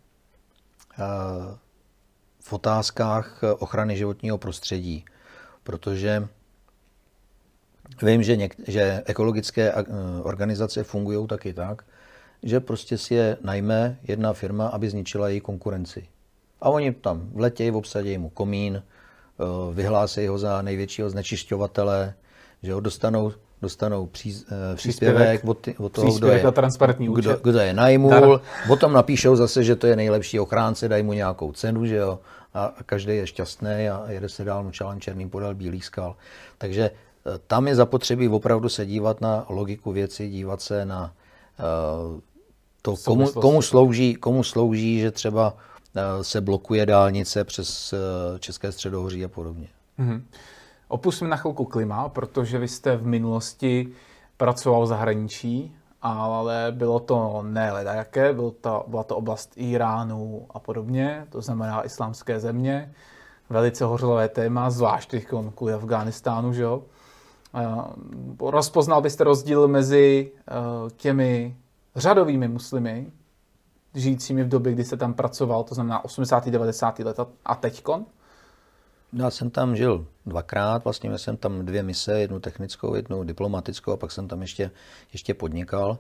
v otázkách ochrany životního prostředí, protože vím, že ekologické organizace fungují taky tak, že prostě si je najme jedna firma, aby zničila její konkurenci. A oni tam vletějí, obsadí mu komín, vyhlásí ho za největšího znečišťovatele, že ho dostanou příspěvek od toho, kdo je najmul, potom napíšou zase, že to je nejlepší ochránce, dají mu nějakou cenu, že jo, a každý je šťastný a jede se dál močálem černým podél bílý skal. Takže tam je zapotřebí opravdu se dívat na logiku věci, dívat se na to, komu slouží, že třeba se blokuje dálnice přes České středohoří a podobně. Mm-hmm. Opustíme na chvilku klima, protože vy jste v minulosti pracoval v zahraničí, ale bylo to ne ledajaké, byla to oblast Iránu a podobně, to znamená islámské země, velice hořlavé téma, zvlášť kvůli Afghánistánu, že jo. Rozpoznal byste rozdíl mezi těmi řadovými muslimy, žijícími v době, kdy jste tam pracoval, to znamená 80. 90. let a teďkon? Já jsem tam žil dvakrát, vlastně jsem tam 2 mise, jednu technickou, jednu diplomatickou a pak jsem tam ještě podnikal.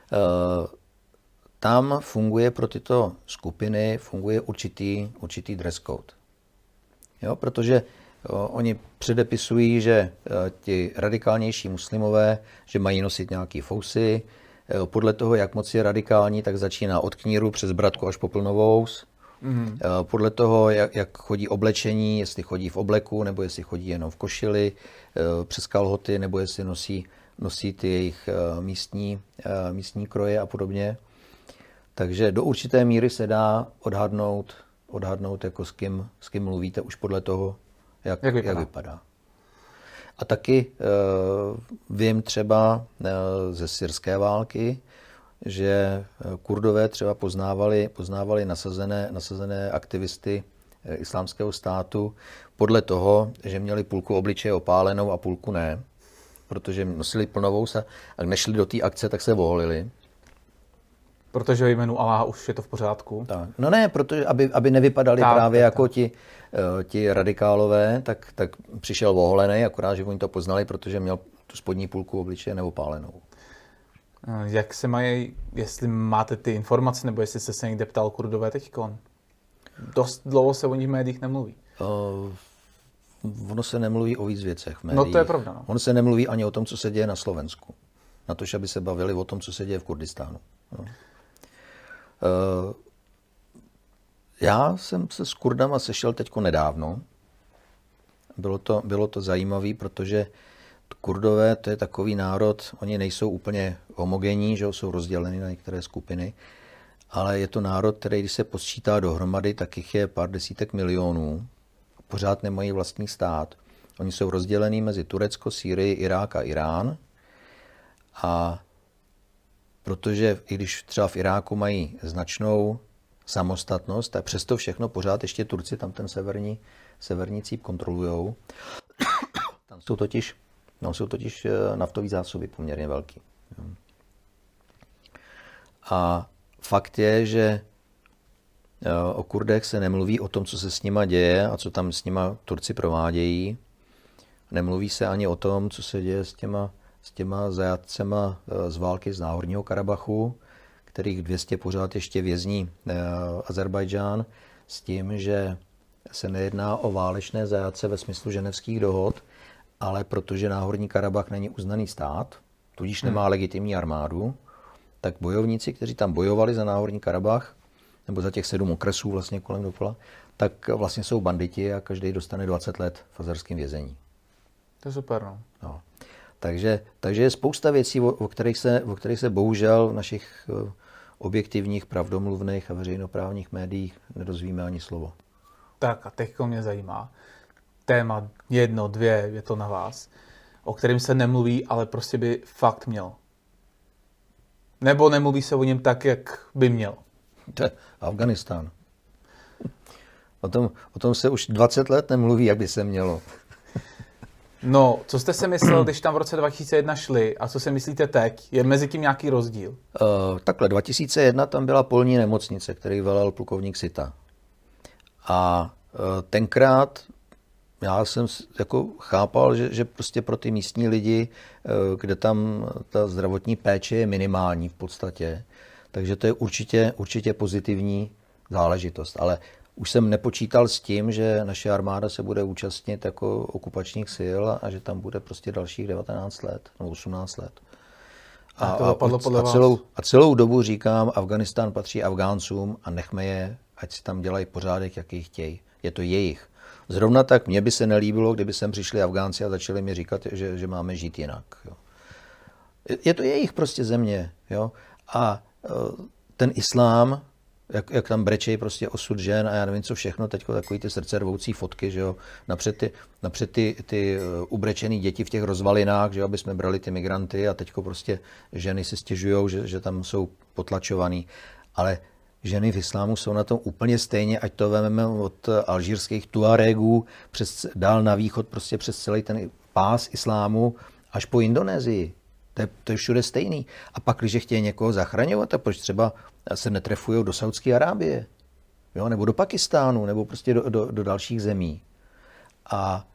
Tam funguje pro tyto skupiny určitý dress code. Jo, protože oni předepisují, že ti radikálnější muslimové, že mají nosit nějaký fousy. Podle toho, jak moc je radikální, tak začíná od kníru přes bratku až po plnovous. Mm. Podle toho, jak chodí oblečení, jestli chodí v obleku, nebo jestli chodí jenom v košili, přes kalhoty, nebo jestli nosí ty jejich místní kroje a podobně. Takže do určité míry se dá odhadnout jako s kým mluvíte už podle toho, jak vypadá. A taky vím třeba ze syrské války, že Kurdové třeba poznávali nasazené aktivisty Islámského státu podle toho, že měli půlku obličeje opálenou a půlku ne, protože nosili plnovous a nešli do té akce, tak se oholili. Protože ve jménu Aláha už je to v pořádku? Tak. No ne, protože aby nevypadali právě jako ti radikálové, tak přišel oholený, akorát, že oni to poznali, protože měl tu spodní půlku obličeje neopálenou. Jak se mají, jestli máte ty informace, nebo jestli jste se někde ptal Kurdové teďkon? Dost dlouho se o nich v médiích nemluví. Ono se nemluví o víc věcech v médiích. No to je pravda. No. Ono se nemluví ani o tom, co se děje na Slovensku. Na to, aby se bavili o tom, co se děje v Kurdistánu. No. Já jsem se s Kurdama sešel teďko nedávno. Bylo to zajímavé, protože Kurdové, to je takový národ, oni nejsou úplně homogenní, že jsou rozděleni na některé skupiny, ale je to národ, který, když se posčítá dohromady, tak jich je pár desítek milionů. Pořád nemají vlastní stát. Oni jsou rozdělení mezi Turecko, Sýrii, Irák a Irán. A protože i když třeba v Iráku mají značnou samostatnost, tak přesto všechno pořád ještě Turci tam ten severní cíp kontrolujou. Tam jsou totiž naftové zásoby poměrně velký. A fakt je, že o Kurdech se nemluví o tom, co se s nima děje a co tam s nima Turci provádějí. Nemluví se ani o tom, co se děje s těma zajatcema z války z Náhorního Karabachu, kterých 200 pořád ještě vězní Azerbajdžán, s tím, že se nejedná o válečné zajatce ve smyslu ženevských dohod, ale protože Náhorní Karabach není uznaný stát, tudíž nemá legitimní armádu, tak bojovníci, kteří tam bojovali za Náhorní Karabach, nebo za těch 7 okresů vlastně kolem dokola, tak vlastně jsou banditi a každý dostane 20 let v azerském vězení. To je super, no. No. Takže je spousta věcí, o kterých se bohužel v našich objektivních, pravdomluvných a veřejnoprávních médiích nedozvíme ani slovo. Tak a teď mě zajímá téma 1, 2, je to na vás, o kterém se nemluví, ale prostě by fakt měl. Nebo nemluví se o něm tak, jak by měl. To je Afghánistán. O tom se už 20 let nemluví, jak by se mělo. No, co jste si myslel, když tam v roce 2001 šli a co si myslíte teď? Je mezi tím nějaký rozdíl? Takhle, 2001 tam byla polní nemocnice, který velel plukovník Sita. A tenkrát já jsem jako chápal, že prostě pro ty místní lidi, kde tam ta zdravotní péče je minimální v podstatě, takže to je určitě pozitivní záležitost. Ale už jsem nepočítal s tím, že naše armáda se bude účastnit jako okupačních sil a že tam bude prostě dalších 19 let nebo 18 let. A celou dobu říkám, Afghánistán patří Afgáncům a nechme je, ať si tam dělají pořádek, jaký chtějí. Je to jejich. Zrovna tak mně by se nelíbilo, kdyby sem přišli Afgánci a začali mi říkat, že máme žít jinak. Jo. Je to jejich prostě země. Jo. A ten islám, jak tam brečejí prostě osud žen a já nevím co všechno, teďko takový ty srdcervoucí fotky, že jo, napřed ty ubrečený děti v těch rozvalinách, že jo, aby jsme brali ty migranty a teďko prostě ženy si stěžujou, že tam jsou potlačovaný. Ale ženy v islámu jsou na tom úplně stejně, ať to vezmeme od alžírských Tuaregů dál na východ, prostě přes celý ten pás islámu až po Indonésii. To je všude stejný. A pak, když chtějí někoho zachraňovat, tak proč třeba se netrefují do Saudské Arábie, jo? Nebo do Pakistánu, nebo prostě do dalších zemí. A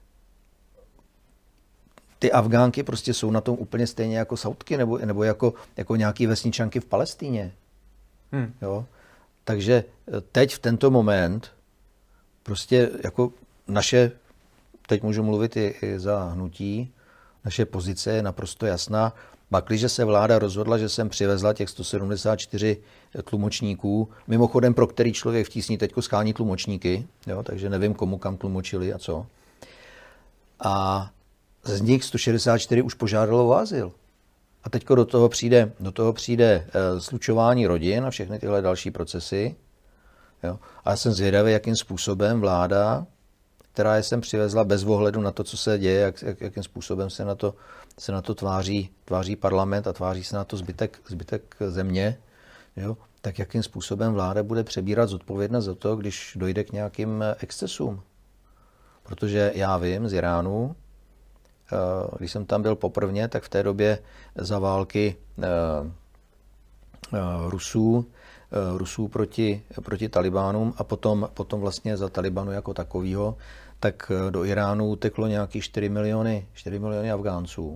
ty Afgánky prostě jsou na tom úplně stejně jako Saudky, nebo jako nějaký vesničanky v Palestíně. Jo? Takže teď v tento moment prostě jako naše, teď můžu mluvit i za hnutí, naše pozice je naprosto jasná. Pakliže se vláda rozhodla, že sem přivezla těch 174 tlumočníků, mimochodem pro který člověk v tísni teďko schání tlumočníky, jo, takže nevím, komu kam tlumočili a co. A z nich 164 už požádalo o azyl. A teďko do toho přijde slučování rodin a všechny tyhle další procesy. Jo. A já jsem zvědavý, jakým způsobem vláda, která je sem přivezla bez ohledu na to, co se děje, jakým způsobem se na to tváří parlament a tváří se na to zbytek země, jo, tak jakým způsobem vláda bude přebírat zodpovědnost za to, když dojde k nějakým excesům. Protože já vím z Iránu, když jsem tam byl poprvně, tak v té době za války Rusů proti Talibánům a potom vlastně za Talibanu jako takovýho, tak do Iránu uteklo nějaký 4 miliony Afgánců.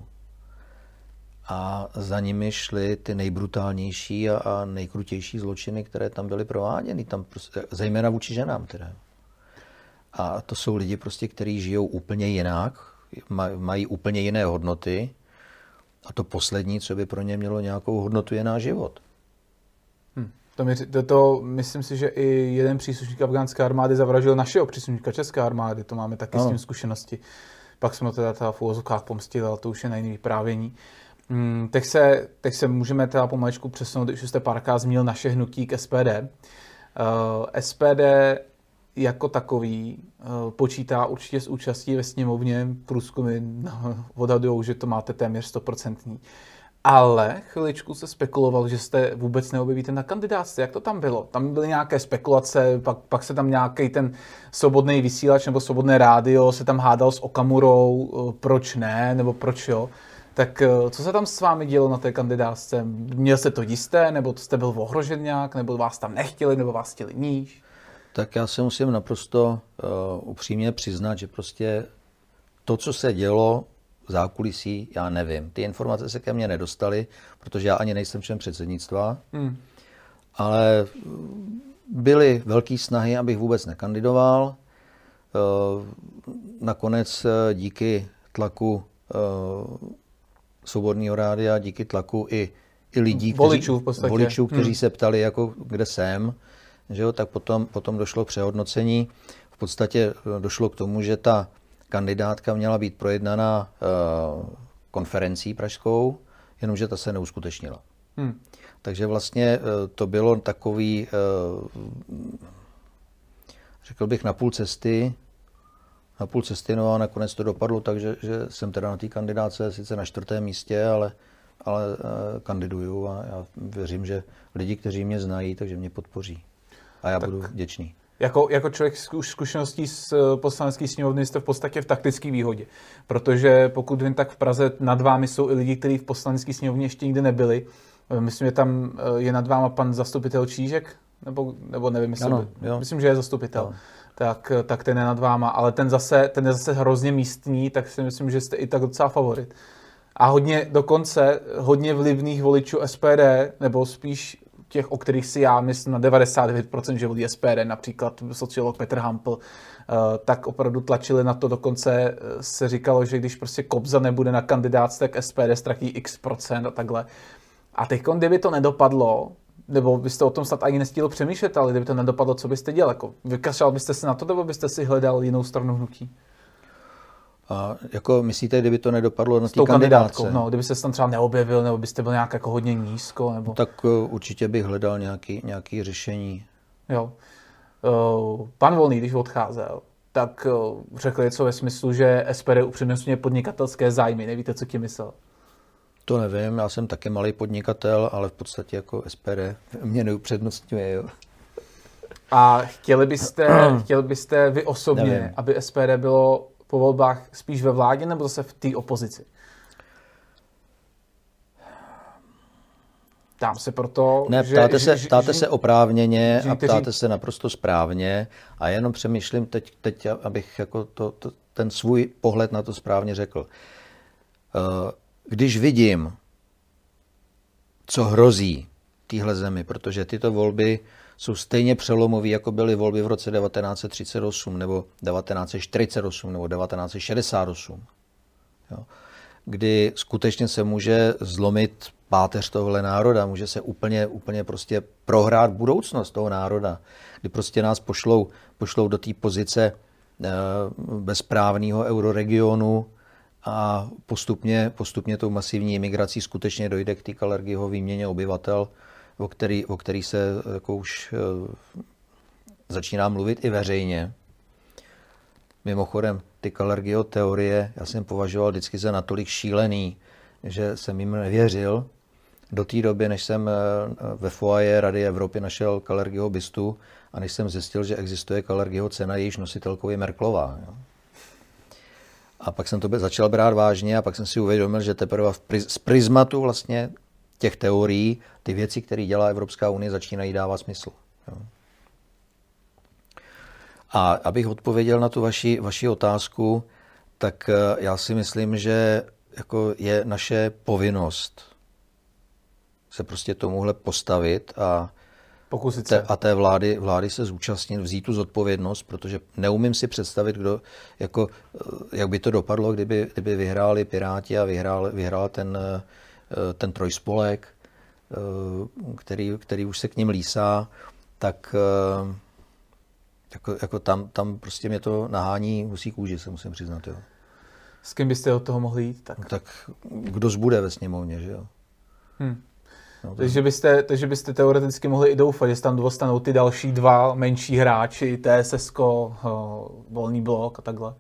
A za nimi šly ty nejbrutálnější a nejkrutější zločiny, které tam byly prováděny, tam prostě, zejména vůči ženám teda. A to jsou lidi prostě, kteří žijou úplně jinak, mají úplně jiné hodnoty a to poslední, co by pro ně mělo nějakou hodnotu, je náš život. Myslím si, že i jeden příslušník afgánské armády zavraždil našeho příslušníka české armády, to máme taky s tím zkušenosti. Pak jsme to teda v uvozovkách pomstili, ale to už je na jiné vyprávění. Teď se můžeme teda pomalečku přesunout, když jste párkrát zmínil naše hnutí k SPD. SPD jako takový počítá určitě s účastí ve sněmovně, průzkumy odhadují, že to máte téměř 100%. Ale chviličku se spekuloval, že jste vůbec neobjevíte na kandidátce. Jak to tam bylo? Tam byly nějaké spekulace, pak se tam nějaký ten svobodný vysílač nebo svobodné rádio se tam hádal s Okamurou, proč ne, nebo proč jo. Tak co se tam s vámi dělo na té kandidátce? Měl jste to jisté, nebo jste byl ohrožen nějak, nebo vás tam nechtěli, nebo vás chtěli níž? Tak já se musím naprosto upřímně přiznat, že prostě To, co se dělo v zákulisí, já nevím. Ty informace se ke mně nedostaly, protože já ani nejsem člen předsednictva, ale byly velké snahy, abych vůbec nekandidoval. Nakonec díky tlaku Svobodného rádia, díky tlaku i lidí, voličů, kteří se ptali, jako, kde jsem, že jo, tak potom došlo k přehodnocení. V podstatě došlo k tomu, že ta kandidátka měla být projednaná konferencí pražskou, jenomže ta se neuskutečnila. Takže vlastně to bylo takový, řekl bych, na půl cesty, no a nakonec to dopadlo tak, že jsem teda na té kandidáce sice na 4. místě, ale kandiduju a já věřím, že lidi, kteří mě znají, takže mě podpoří. A já budu vděčný. Jako člověk s zkušeností z poslanecké sněmovny jste v podstatě v taktické výhodě. Protože pokud vím, tak v Praze nad vámi jsou i lidi, kteří v poslanecké sněmovně ještě nikdy nebyli. Myslím, že tam je nad váma pan zastupitel Čížek, nebo nevím, myslím, že je zastupitel. No. Tak ten je nad váma, ale ten je zase hrozně místní, tak si myslím, že jste i tak docela favorit. A dokonce hodně vlivných voličů SPD, nebo spíš těch, o kterých si já myslím na 99%, že volí SPD, například sociolog Petr Hampl, tak opravdu tlačili na to, dokonce se říkalo, že když prostě Kobza nebude na kandidátce, tak SPD ztratí x% a takhle. A teď, kdyby to nedopadlo, nebo byste o tom snad ani nestíhl přemýšlet, ale kdyby to nedopadlo, co byste dělal? Jako, vykašlal byste se na to, nebo byste si hledal jinou stranu hnutí? A jako myslíte, kdyby to nedopadlo na té kandidátce? No, kdyby se tam třeba neobjevil, nebo byste byl nějak jako hodně nízko? Nebo... Tak určitě bych hledal nějaký řešení. Jo. Pan Volný, když odcházel, tak řekl něco ve smyslu, že SPD upřednostňuje podnikatelské zájmy. Nevíte, co tím myslel? To nevím, já jsem taky malý podnikatel, ale v podstatě jako SPD mě neupřednostňuje. Jo. A chtěli byste vy osobně, nevím, aby SPD bylo po volbách spíš ve vládě, nebo zase v té opozici? Ptám se proto, ne, ptáte se oprávněně a ptáte se naprosto správně a jenom přemýšlím teď abych jako ten svůj pohled na to správně řekl. Když vidím, co hrozí téhle zemi, protože tyto volby jsou stejně přelomové, jako byly volby v roce 1938 nebo 1948 nebo 1968, jo, kdy skutečně se může zlomit páteř tohle národa, může se úplně prostě prohrát budoucnost toho národa, kdy prostě nás pošlou do té pozice bezprávného euroregionu a postupně tou masivní imigrací skutečně dojde k té Kalergiho výměně obyvatel, o který se jako už začíná mluvit i veřejně. Mimochodem, ty Kalergiho teorie já jsem považoval vždycky za natolik šílený, že jsem jim nevěřil. Do té doby, než jsem ve foyer Rady Evropy našel Kalergiho bystu a než jsem zjistil, že existuje Kalergiho cena, jejíž nositelkou je Merkelová. Jo. A pak jsem to začal brát vážně a pak jsem si uvědomil, že teprve z prismatu vlastně těch teorií ty věci, které dělá Evropská unie, začínají dávat smysl. Jo. A abych odpověděl na tu vaši otázku, tak já si myslím, že jako je naše povinnost se prostě tomuhle postavit a té vlády se zúčastnit, vzít tu zodpovědnost, protože neumím si představit, jak by to dopadlo, kdyby vyhráli Piráti a vyhrál ten trojspolek, který už se k ním lísá, tak jako tam prostě mě to nahání husí kůži, se musím přiznat. Jo. S kým byste od toho mohli jít? Tak kdo zbude ve sněmovně, že jo? No, takže byste teoreticky mohli i doufat, že se tam dostanou ty další dva menší hráči, TSSko, Volný blok a takhle.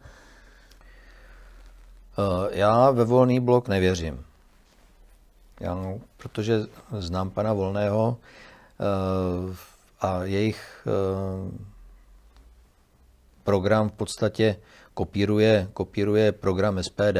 Já ve Volný blok nevěřím. Protože znám pana Volného a jejich program v podstatě kopíruje program SPD,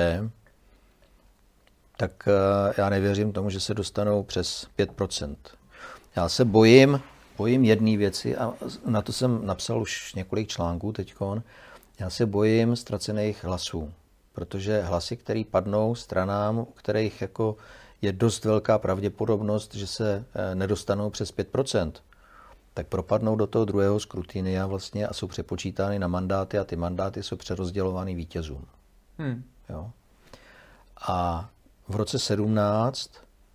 tak já nevěřím tomu, že se dostanou přes 5%. Já se bojím jedné věci a na to jsem napsal už několik článků teďkon. Já se bojím ztracených hlasů. protože hlasy, které padnou stranám, u kterých jako je dost velká pravděpodobnost, že se nedostanou přes 5%, tak propadnou do toho druhého skrutinia vlastně a jsou přepočítány na mandáty a ty mandáty jsou přerozdělovány vítězům. Jo. A v roce 17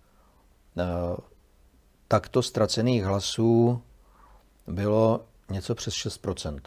takto ztracených hlasů bylo něco přes 6%.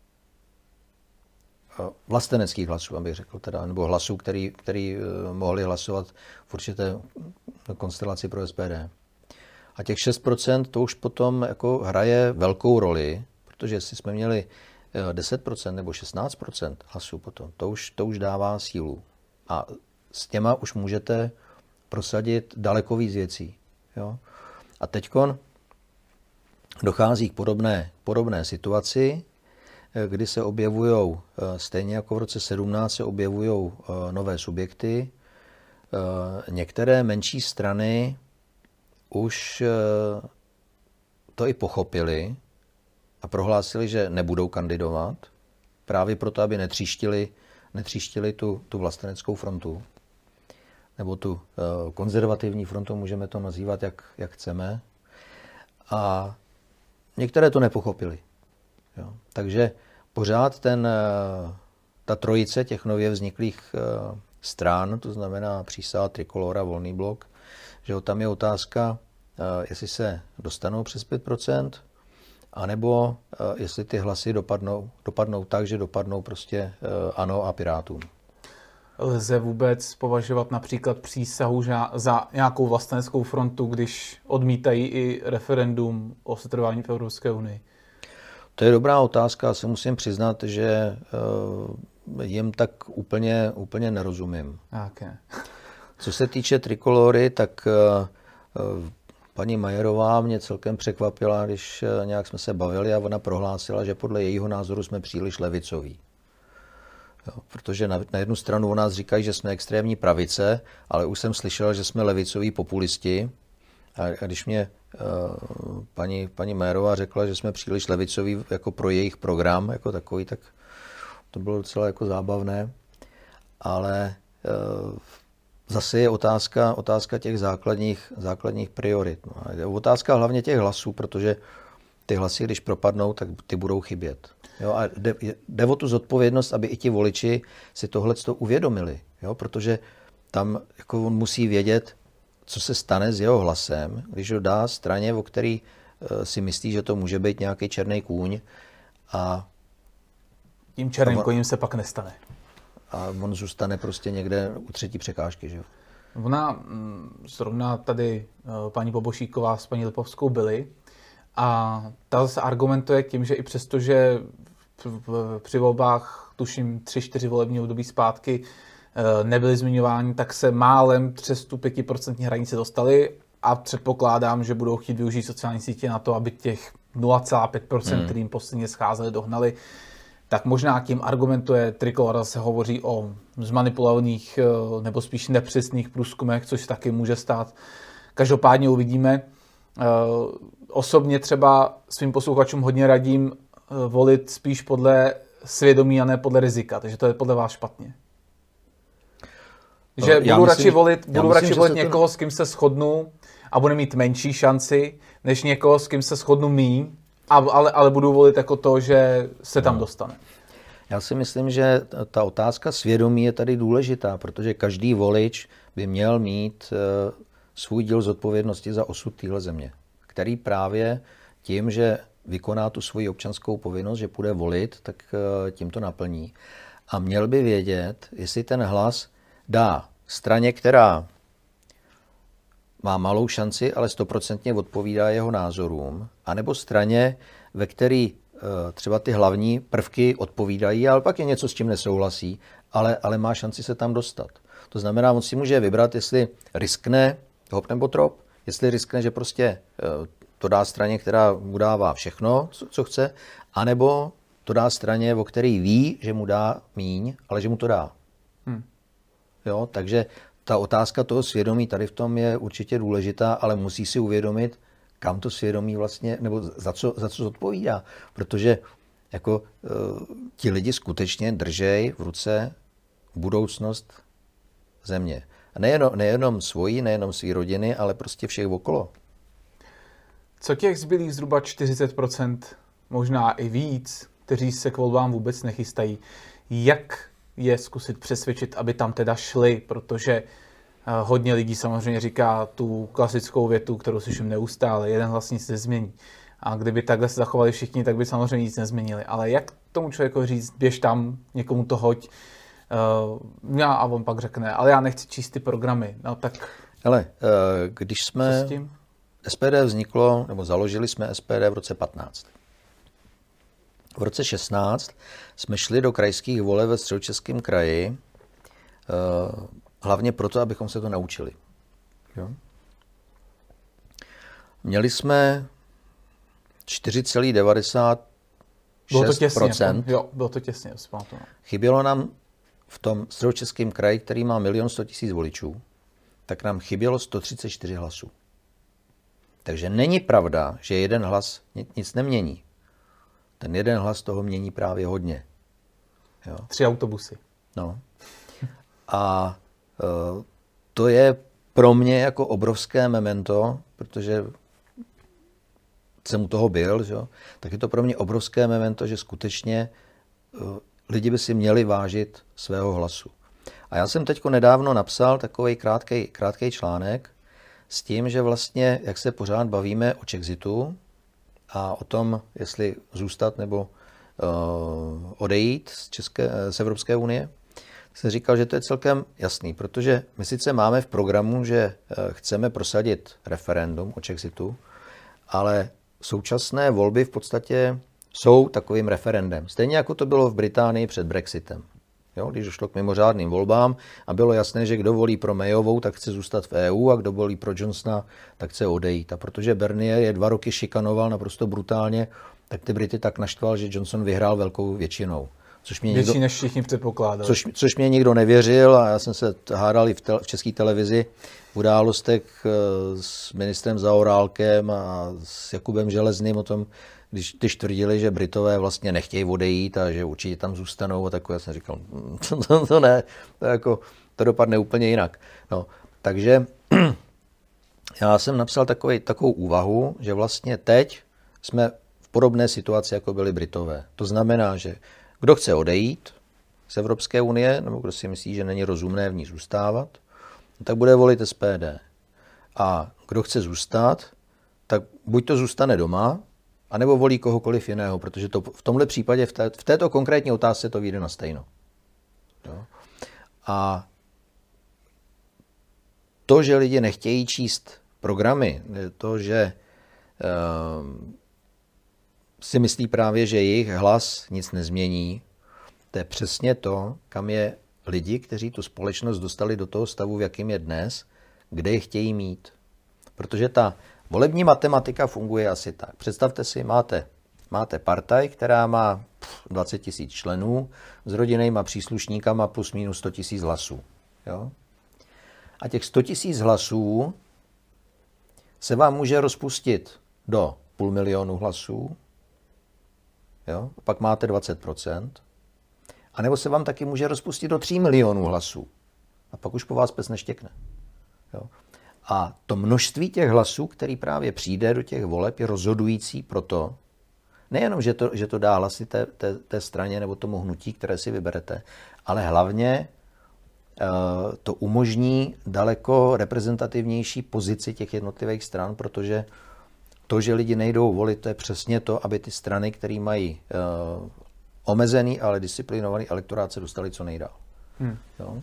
Vlasteneckých hlasů, abych řekl teda, nebo hlasů, který mohli hlasovat v určité konstelaci pro SPD. A těch 6% to už potom jako hraje velkou roli, protože jestli jsme měli 10% nebo 16% hlasů potom, to už dává sílu. A s těma už můžete prosadit daleko víc věcí. Jo? A teďkon dochází k podobné situaci, kdy se objevují, stejně jako v roce 17 se objevují nové subjekty. Některé menší strany už to i pochopili a prohlásili, že nebudou kandidovat, právě proto, aby netříštili tu vlasteneckou frontu, nebo tu konzervativní frontu, můžeme to nazývat, jak chceme. A některé to nepochopili. Jo. Takže pořád ta trojice těch nově vzniklých stran, to znamená Přísaha, Trikolora, Volný blok, že tam je otázka, jestli se dostanou přes 5%, anebo jestli ty hlasy dopadnou tak, že dopadnou prostě ANO a Pirátům. Lze vůbec považovat například Přísahu za nějakou vlasteneckou frontu, když odmítají i referendum o setrvání v Evropské unii? To je dobrá otázka. Se musím přiznat, že jim tak úplně nerozumím. Okay. Co se týče Trikolory, tak paní Majerová mě celkem překvapila, když nějak jsme se bavili a ona prohlásila, že podle jejího názoru jsme příliš levicoví. Jo, protože na jednu stranu o nás říkají, že jsme extrémní pravice, ale už jsem slyšel, že jsme levicoví populisti. A když mě paní Majerová řekla, že jsme příliš levicoví jako pro jejich program jako takový, tak to bylo docela jako zábavné. Ale zase je otázka těch základních priorit. No. Je otázka hlavně těch hlasů, protože ty hlasy, když propadnou, tak ty budou chybět. Jo, a jde o tu zodpovědnost, aby i ti voliči si tohleto uvědomili. Jo, protože tam jako on musí vědět, co se stane s jeho hlasem, když ho dá straně, o který si myslí, že to může být nějaký černý kůň. A tím černým koním se pak nestane. A on zůstane prostě někde u třetí překážky. Že? Ona, zrovna tady paní Bobošíková s paní Lipovskou byli a ta se argumentuje tím, že i přesto, že při volbách, tuším 3-4 volební období zpátky, nebyli zmiňováni, tak se málem přes tu 5% hranici dostali a předpokládám, že budou chtít využít sociální sítě na to, aby těch 0,5%, kterým posledně scházeli, dohnali. Tak možná tím argumentuje Trikolora, se hovoří o zmanipulovaných nebo spíš nepřesných průzkumech, což taky může stát. Každopádně uvidíme. Osobně třeba svým posluchačům hodně radím volit spíš podle svědomí a ne podle rizika, takže to je podle vás špatně. Že budu radši volit někoho, s kým se shodnu a bude mít menší šanci, než někoho, s kým se shodnu míň, ale budu volit jako to, že se tam dostane. Já si myslím, že ta otázka svědomí je tady důležitá, protože každý volič by měl mít svůj díl zodpovědnosti za osud téhle země, který právě tím, že vykoná tu svoji občanskou povinnost, že půjde volit, tak tím to naplní. A měl by vědět, jestli ten hlas dá straně, která má malou šanci, ale 100% odpovídá jeho názorům, anebo straně, ve který třeba ty hlavní prvky odpovídají, ale pak je něco, s čím nesouhlasí, ale má šanci se tam dostat. To znamená, on si může vybrat, jestli riskne hop nebo trop, jestli riskne, že prostě to dá straně, která mu dává všechno, co chce, anebo to dá straně, o který ví, že mu dá míň, ale že mu to dá. Jo, takže ta otázka toho svědomí tady v tom je určitě důležitá, ale musí si uvědomit, kam to svědomí vlastně, nebo za co odpovídá. Protože jako ti lidi skutečně držej v ruce budoucnost země. A nejenom svojí, nejenom svý rodiny, ale prostě všech okolo. Co těch zbylých zhruba 40%, možná i víc, kteří se k volbám vůbec nechystají, jak je zkusit přesvědčit, aby tam teda šli, protože hodně lidí samozřejmě říká tu klasickou větu, kterou slyším neustále, jeden hlas nic nezmění. A kdyby takhle se zachovali všichni, tak by samozřejmě nic nezměnili. Ale jak tomu člověku říct, běž tam, někomu to hoď, a on pak řekne, ale já nechci číst ty programy. No tak... Hele, když jsme... SPD vzniklo, nebo založili jsme SPD v roce 15. V roce 16 jsme šli do krajských voleb ve Středočeském kraji, hlavně proto, abychom se to naučili. Jo? Měli jsme 4,96%. Bylo to těsně, jo, bylo to těsně. Chybělo nám v tom Středočeském kraji, který má 1 100 000 voličů, tak nám chybělo 134 hlasů. Takže není pravda, že jeden hlas nic nemění. Ten jeden hlas toho mění právě hodně. Jo. 3 autobusy. No. A to je pro mě jako obrovské memento, protože jsem u toho byl, že? Tak je to pro mě obrovské memento, že skutečně lidi by si měli vážit svého hlasu. A já jsem teďko nedávno napsal takový krátký článek s tím, že vlastně, jak se pořád bavíme o Czexitu a o tom, jestli zůstat nebo odejít z Evropské unie, jsem říkal, že to je celkem jasný, protože my sice máme v programu, že chceme prosadit referendum o Czexitu, ale současné volby v podstatě jsou takovým referendem. Stejně jako to bylo v Británii před Brexitem. Jo, když došlo k mimořádným volbám a bylo jasné, že kdo volí pro Mayovou, tak chce zůstat v EU a kdo volí pro Johnsona, tak chce odejít. A protože Barnier je 2 roky šikanoval naprosto brutálně, tak ty Brity tak naštval, že Johnson vyhrál velkou většinou. Větší než všichni předpokládali. Což mě nikdo nevěřil a já jsem se hádal i v České televizi v Událostech s ministrem Zaorálkem a s Jakubem Železným o tom, když tvrdili, že Britové vlastně nechtějí odejít a že určitě tam zůstanou a takové, já jsem říkal, to ne, to dopadne úplně jinak. No, takže já jsem napsal takovou úvahu, že vlastně teď jsme v podobné situaci, jako byli Britové. To znamená, že kdo chce odejít z Evropské unie, nebo kdo si myslí, že není rozumné v ní zůstávat, tak bude volit SPD. A kdo chce zůstat, tak buď to zůstane doma, anebo volí kohokoliv jiného, protože to v tomhle případě, v této konkrétní otázce to vyjde na stejno. Jo? A to, že lidi nechtějí číst programy, to, že si myslí právě, že jejich hlas nic nezmění, to je přesně to, kam je lidi, kteří tu společnost dostali do toho stavu, v jakým je dnes, kde je chtějí mít. Protože ta volební matematika funguje asi tak. Představte si, máte partaj, která má 20 000 členů, s rodinnýma příslušníkama plus minus 100 000 hlasů. Jo? A těch 100 000 hlasů se vám může rozpustit do 500 000 hlasů, jo? Pak máte 20%, anebo se vám taky může rozpustit do 3 milionů hlasů. A pak už po vás pes neštěkne. Jo? A to množství těch hlasů, který právě přijde do těch voleb, je rozhodující proto, nejenom, že to dá hlasy té straně nebo tomu hnutí, které si vyberete, ale hlavně to umožní daleko reprezentativnější pozici těch jednotlivých stran, protože to, že lidi nejdou volit, to je přesně to, aby ty strany, které mají omezený, ale disciplinovaný elektorát, se dostali co nejdál. Jo?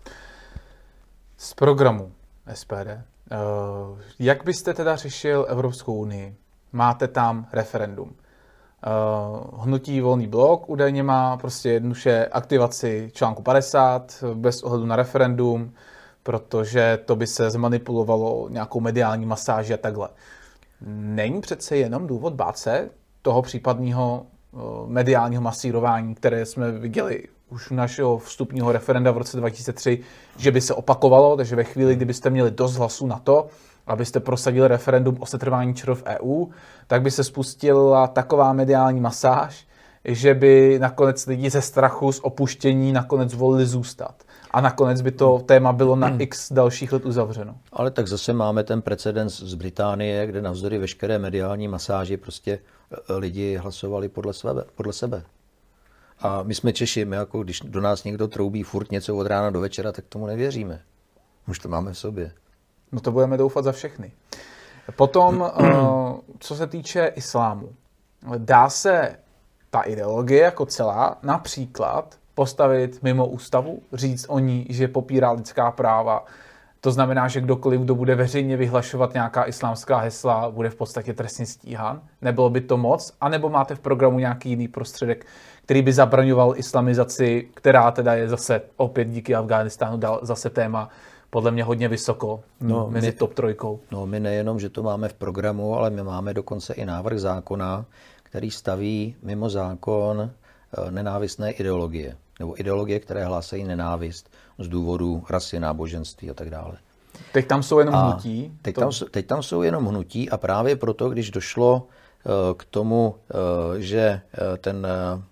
Z programu SPD. Jak byste teda řešil Evropskou unii? Máte tam referendum. Hnutí Volný blok údajně má prostě jednoduše aktivaci článku 50 bez ohledu na referendum, protože to by se zmanipulovalo nějakou mediální masáži a takhle. Není přece jenom důvod bát se toho případného mediálního masírování, které jsme viděli už u našeho vstupního referenda v roce 2003, že by se opakovalo, takže ve chvíli, kdybyste měli dost hlasů na to, abyste prosadili referendum o setrvání ČR v EU, tak by se spustila taková mediální masáž, že by nakonec lidi ze strachu, z opuštění nakonec volili zůstat. A nakonec by to téma bylo na x dalších let uzavřeno. Ale tak zase máme ten precedens z Británie, kde navzdory veškeré mediální masáži prostě lidi hlasovali podle sebe. A my jsme Češi, my jako když do nás někdo troubí furt něco od rána do večera, tak tomu nevěříme. Už to máme v sobě. No to budeme doufat za všechny. Potom, co se týče islámu, dá se ta ideologie jako celá například postavit mimo ústavu, říct o ní, že popírá lidská práva. To znamená, že kdokoliv, kdo bude veřejně vyhlašovat nějaká islámská hesla, bude v podstatě trestně stíhán. Nebylo by to moc? A nebo máte v programu nějaký jiný prostředek, který by zabraňoval islamizaci, která teda je zase opět díky Afghánistánu dal zase téma podle mě hodně vysoko mezi top 3. No my nejenom, že to máme v programu, ale my máme dokonce i návrh zákona, který staví mimo zákon nenávistné ideologie. Nebo ideologie, které hlásají nenávist z důvodu rasy, náboženství a tak dále. Teď tam jsou jenom hnutí? Teď tam jsou jenom hnutí a právě proto, když došlo k tomu, že ten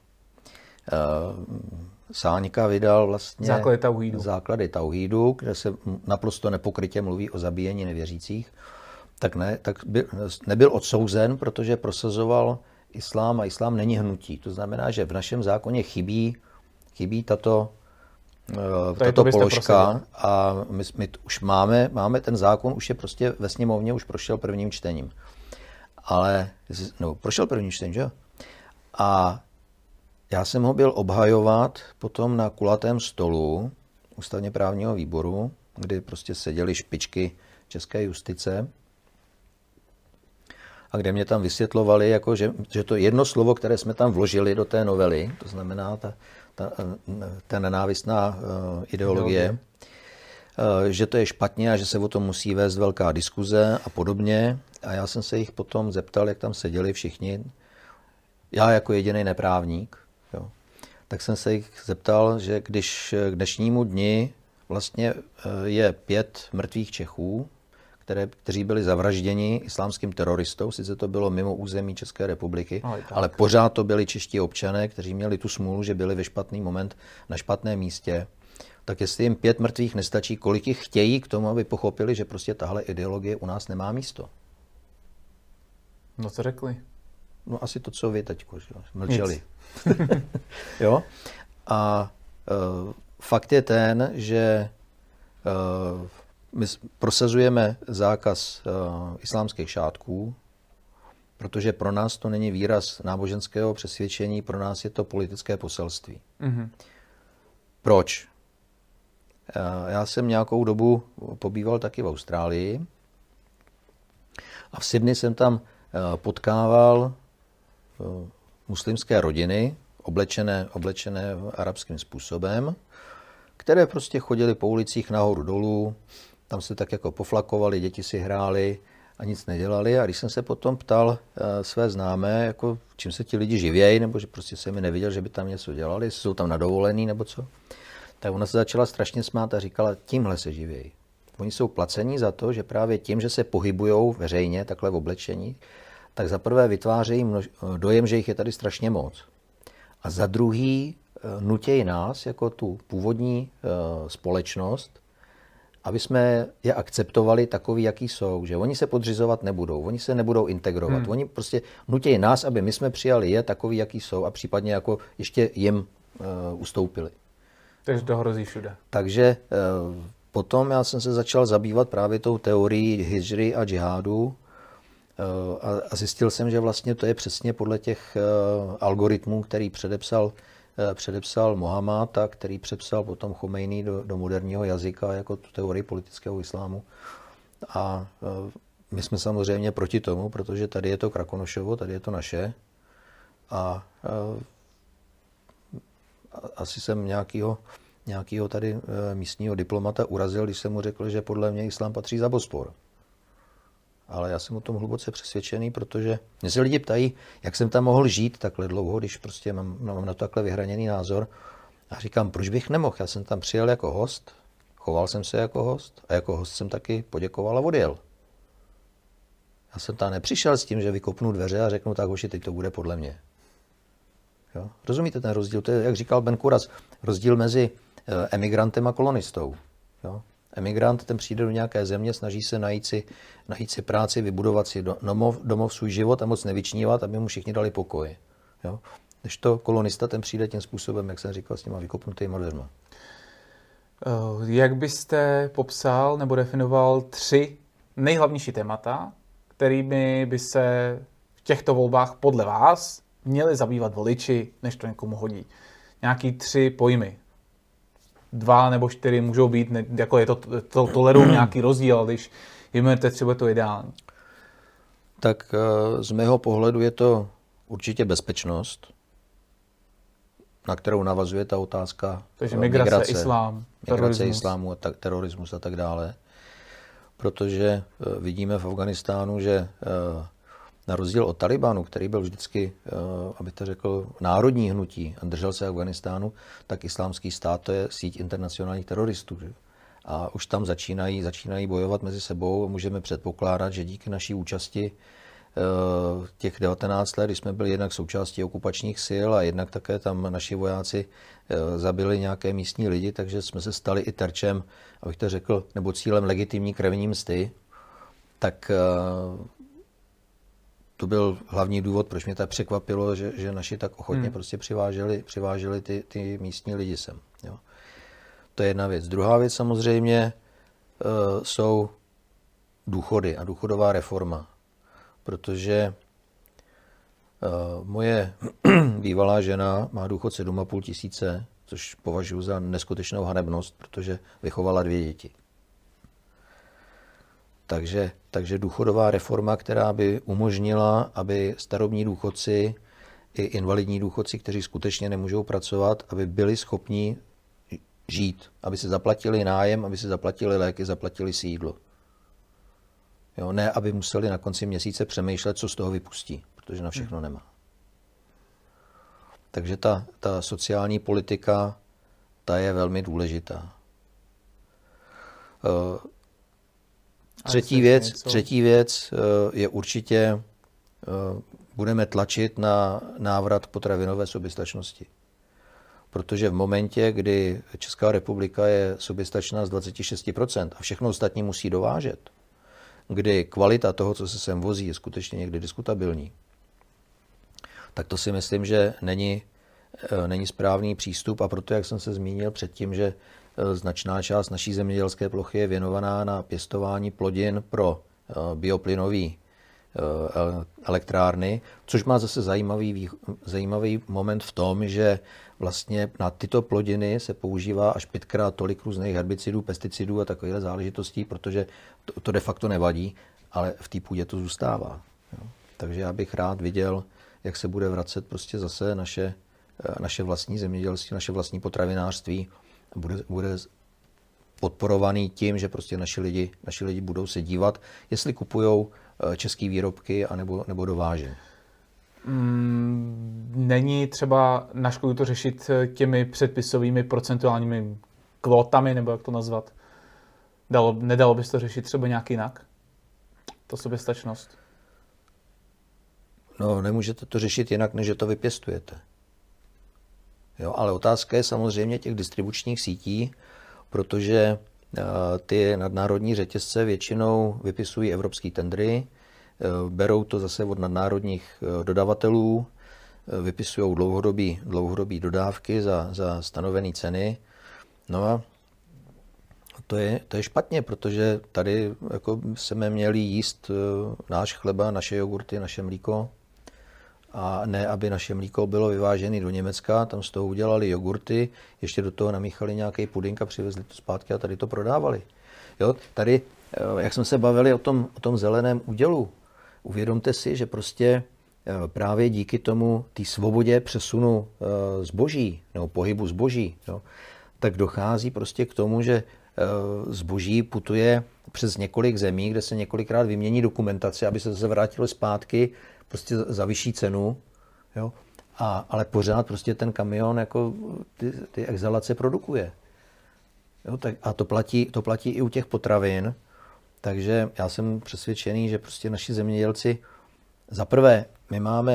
Sáňka vydal vlastně základy tauhídu, kde se naprosto nepokrytě mluví o zabíjení nevěřících, tak nebyl odsouzen, protože prosazoval islám a islám není hnutí. To znamená, že v našem zákoně chybí tato položka a my už máme ten zákon, už je prostě ve sněmovně, už prošel prvním čtením. Prošel prvním čtením, že jo? A já jsem ho byl obhajovat potom na kulatém stolu ústavně právního výboru, kdy prostě seděly špičky české justice a kde mě tam vysvětlovali, jako, že to jedno slovo, které jsme tam vložili do té novely, to znamená ta nenávistná ideologie, že to je špatně a že se o tom musí vést velká diskuze a podobně. A já jsem se jich potom zeptal, jak tam seděli všichni, já jako jediný neprávník, jo, tak jsem se jich zeptal, že když k dnešnímu dni vlastně je 5 mrtvých Čechů, kteří byli zavražděni islámským teroristou, sice to bylo mimo území České republiky, ale pořád to byli čeští občané, kteří měli tu smůlu, že byli ve špatný moment na špatném místě, tak jestli jim 5 mrtvých nestačí, kolik jich chtějí k tomu, aby pochopili, že prostě tahle ideologie u nás nemá místo. No co řekli? No asi to, co vy teďko, mlčeli. Jo? A fakt je ten, že my prosazujeme zákaz islámských šátků, protože pro nás to není výraz náboženského přesvědčení, pro nás je to politické poselství. Mm-hmm. Proč? Já jsem nějakou dobu pobýval taky v Austrálii a v Sydney jsem tam potkával muslimské rodiny, oblečené arabským způsobem, které prostě chodily po ulicích nahoru dolů, tam se tak jako poflakovali, děti si hrály a nic nedělali. A když jsem se potom ptal své známé, jako čím se ti lidi živějí, nebo že prostě jsem mi neviděl, že by tam něco dělali, jestli jsou tam na dovolený nebo co, tak ona se začala strašně smát a říkala, tímhle se živějí. Oni jsou placení za to, že právě tím, že se pohybujou veřejně, takhle v oblečení, tak za prvé vytvářejí dojem, že jich je tady strašně moc. A za druhý nutějí nás, jako tu původní společnost, aby jsme je akceptovali takový, jaký jsou. Že oni se podřizovat nebudou, oni se nebudou integrovat. Oni prostě nutějí nás, aby my jsme přijali je takový, jaký jsou a případně jako ještě jim ustoupili. Takže to hrozí všude. Takže potom já jsem se začal zabývat právě tou teorií hijry a džihádu a zjistil jsem, že vlastně to je přesně podle těch algoritmů, který předepsal Mohammad a který přepsal potom Chomejný do moderního jazyka jako tu teorii politického islámu. A my jsme samozřejmě proti tomu, protože tady je to Krakonošovo, tady je to naše. A asi jsem nějakýho tady místního diplomata urazil, když jsem mu řekl, že podle mě islám patří za Bospor. Ale já jsem o tom hluboce přesvědčený, protože mě se lidi ptají, jak jsem tam mohl žít takhle dlouho, když prostě mám na to takhle vyhraněný názor. A říkám, proč bych nemohl? Já jsem tam přijel jako host, choval jsem se jako host a jako host jsem taky poděkoval a odjel. Já jsem tam nepřišel s tím, že vykopnu dveře a řeknu, tak hoši, teď to bude podle mě. Jo? Rozumíte ten rozdíl? To je, jak říkal Ben Kuras, rozdíl mezi emigrantem a kolonistou. Jo? Emigrant, ten přijde do nějaké země, snaží se najít si práci, vybudovat si domov, svůj život a moc nevyčnívat, aby mu všichni dali pokoj. Jo? Když to kolonista, ten přijde tím způsobem, jak jsem říkal, s těma vykopnutýma dveřma. Jak byste popsal nebo definoval 3 nejhlavnější témata, kterými by se v těchto volbách podle vás měli zabývat voliči, než to někomu hodí? Nějaký 3 pojmy. 2 nebo 4 můžou být, jako je to tolerují nějaký rozdíl, ale když jmenujete třeba to ideální. Tak z mého pohledu je to určitě bezpečnost, na kterou navazuje ta otázka. Takže migrace, islám, islámu, terorismus a tak dále. Protože vidíme v Afghánistánu, že na rozdíl od Talibanu, který byl vždycky, abych řekl, národní hnutí a držel se Afghánistánu, tak Islámský stát to je síť internacionálních teroristů. Že? A už tam začínají bojovat mezi sebou. Můžeme předpokládat, že díky naší účasti těch 19 let, když jsme byli jednak součástí okupačních sil a jednak také tam naši vojáci zabili nějaké místní lidi, takže jsme se stali i terčem, abych to řekl, nebo cílem legitimní krevní msty, tak to byl hlavní důvod, proč mě tak překvapilo, že naši tak ochotně prostě přiváželi ty místní lidi sem. Jo. To je jedna věc. Druhá věc samozřejmě jsou důchody a důchodová reforma. Protože moje bývalá žena má důchod 7,5 tisíce, což považuji za neskutečnou hanebnost, protože vychovala 2 děti. Takže důchodová reforma, která by umožnila, aby starobní důchodci i invalidní důchodci, kteří skutečně nemůžou pracovat, aby byli schopni žít, aby si zaplatili nájem, aby si zaplatili léky, zaplatili si jídlo. Jo, ne, aby museli na konci měsíce přemýšlet, co z toho vypustí, protože na všechno nemá. Takže ta sociální politika, ta je velmi důležitá. Třetí věc je určitě, budeme tlačit na návrat potravinové soběstačnosti. Protože v momentě, kdy Česká republika je soběstačná z 26% a všechno ostatní musí dovážet, kdy kvalita toho, co se sem vozí, je skutečně někdy diskutabilní, tak to si myslím, že není správný přístup a proto, jak jsem se zmínil předtím, že značná část naší zemědělské plochy je věnovaná na pěstování plodin pro bioplynové elektrárny, což má zase zajímavý moment v tom, že vlastně na tyto plodiny se používá až 5krát tolik různých herbicidů, pesticidů a takových záležitostí, protože to de facto nevadí, ale v té půdě to zůstává. Jo. Takže já bych rád viděl, jak se bude vracet prostě zase naše vlastní zemědělství, naše vlastní potravinářství. Bude podporovaný tím, že prostě naši lidi budou se dívat, jestli kupujou české výrobky anebo dováže. Není třeba na škodu to řešit těmi předpisovými procentuálními kvótami, nebo jak to nazvat? Nedalo by se to řešit třeba nějak jinak? To soběstačnost? No, nemůžete to řešit jinak, než že to vypěstujete. Jo, ale otázka je samozřejmě těch distribučních sítí, protože ty nadnárodní řetězce většinou vypisují evropské tendry, berou to zase od nadnárodních dodavatelů, vypisují dlouhodobé dodávky za stanovené ceny. No a to je špatně, protože tady jako jsme měli jíst náš chleba, naše jogurty, naše mlíko, a ne, aby naše mlíko bylo vyvážené do Německa, tam z toho udělali jogurty, ještě do toho namíchali nějaký pudink a přivezli to zpátky a tady to prodávali. Jo, tady, jak jsme se bavili o tom zeleném údělu, uvědomte si, že prostě právě díky tomu té svobodě přesunu zboží nebo pohybu zboží, jo, tak dochází prostě k tomu, že zboží putuje přes několik zemí, kde se několikrát vymění dokumentace, aby se zase vrátilo zpátky prostě za vyšší cenu, jo? Ale pořád prostě ten kamion jako ty exhalace produkuje. Jo? A to platí i u těch potravin, takže já jsem přesvědčený, že prostě naši zemědělci, za prvé, my máme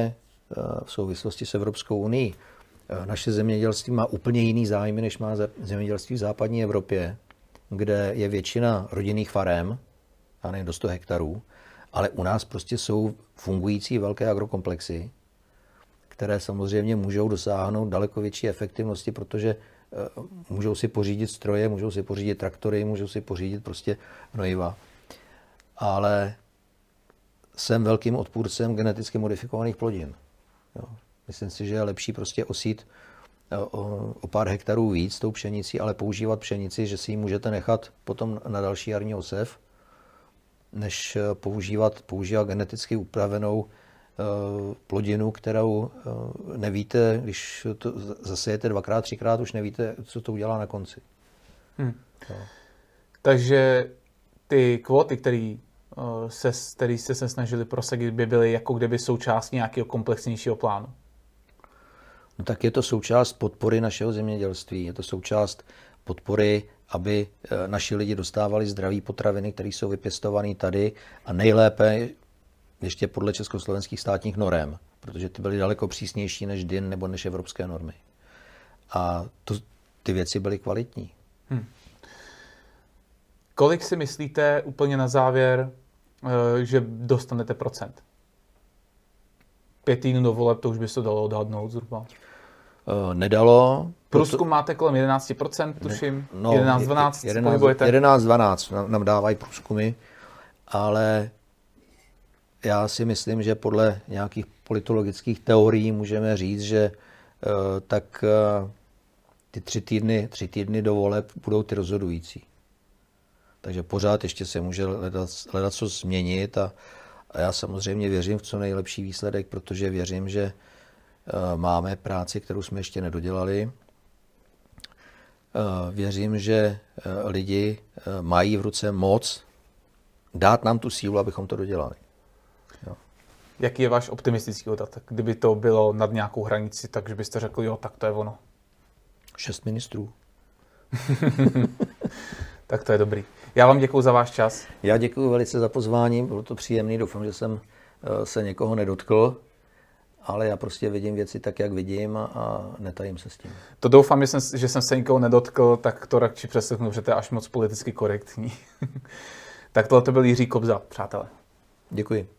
v souvislosti s Evropskou unií. Naše zemědělství má úplně jiný zájmy, než má zemědělství v západní Evropě, kde je většina rodinných farem, a nevím, do 100 hektarů, ale u nás prostě jsou fungující velké agrokomplexy, které samozřejmě můžou dosáhnout daleko větší efektivnosti, protože můžou si pořídit stroje, můžou si pořídit traktory, můžou si pořídit prostě hnojiva. Ale jsem velkým odpůrcem geneticky modifikovaných plodin. Jo. Myslím si, že je lepší prostě osít o pár hektarů víc tou pšenicí, ale používat pšenici, že si ji můžete nechat potom na další jarní osev, než používat geneticky upravenou plodinu, kterou nevíte, když to zasejete 2x, 3x, už nevíte, co to udělá na konci. Takže ty kvóty, které jste se snažili prosadit, by byly jako kdyby součást nějakého komplexnějšího plánu? No tak je to součást podpory našeho zemědělství, je to součást podpory, aby naši lidi dostávali zdraví potraviny, které jsou vypěstovány tady a nejlépe ještě podle československých státních norem, protože ty byly daleko přísnější než DIN nebo než evropské normy. A ty věci byly kvalitní. Kolik si myslíte úplně na závěr, že dostanete procent? 5 týdnů do voleb, to už by se dalo odhadnout zhruba. Nedalo. Průzkum máte kolem 11%, tuším. No, 11-12, 11-12 nám dávají průzkumy, ale já si myslím, že podle nějakých politologických teorií můžeme říct, že tak ty 3 týdny do voleb budou ty rozhodující. Takže pořád ještě se může hledat co změnit a já samozřejmě věřím v co nejlepší výsledek, protože věřím, že máme práci, kterou jsme ještě nedodělali. Věřím, že lidi mají v ruce moc dát nám tu sílu, abychom to dodělali. Jo. Jaký je váš optimistický odhad? Kdyby to bylo nad nějakou hranici, takže byste řekli, jo, tak to je ono. 6 ministrů. Tak to je dobrý. Já vám děkuji za váš čas. Já děkuji velice za pozvání, bylo to příjemné, doufám, že jsem se někoho nedotkl, ale já prostě vidím věci tak, jak vidím a netajím se s tím. To doufám, že jsem se nikoho nedotkl, tak to radši přeslechnu, protože to je až moc politicky korektní. Tak tohle to byl Jiří Kobza, přátelé. Děkuji.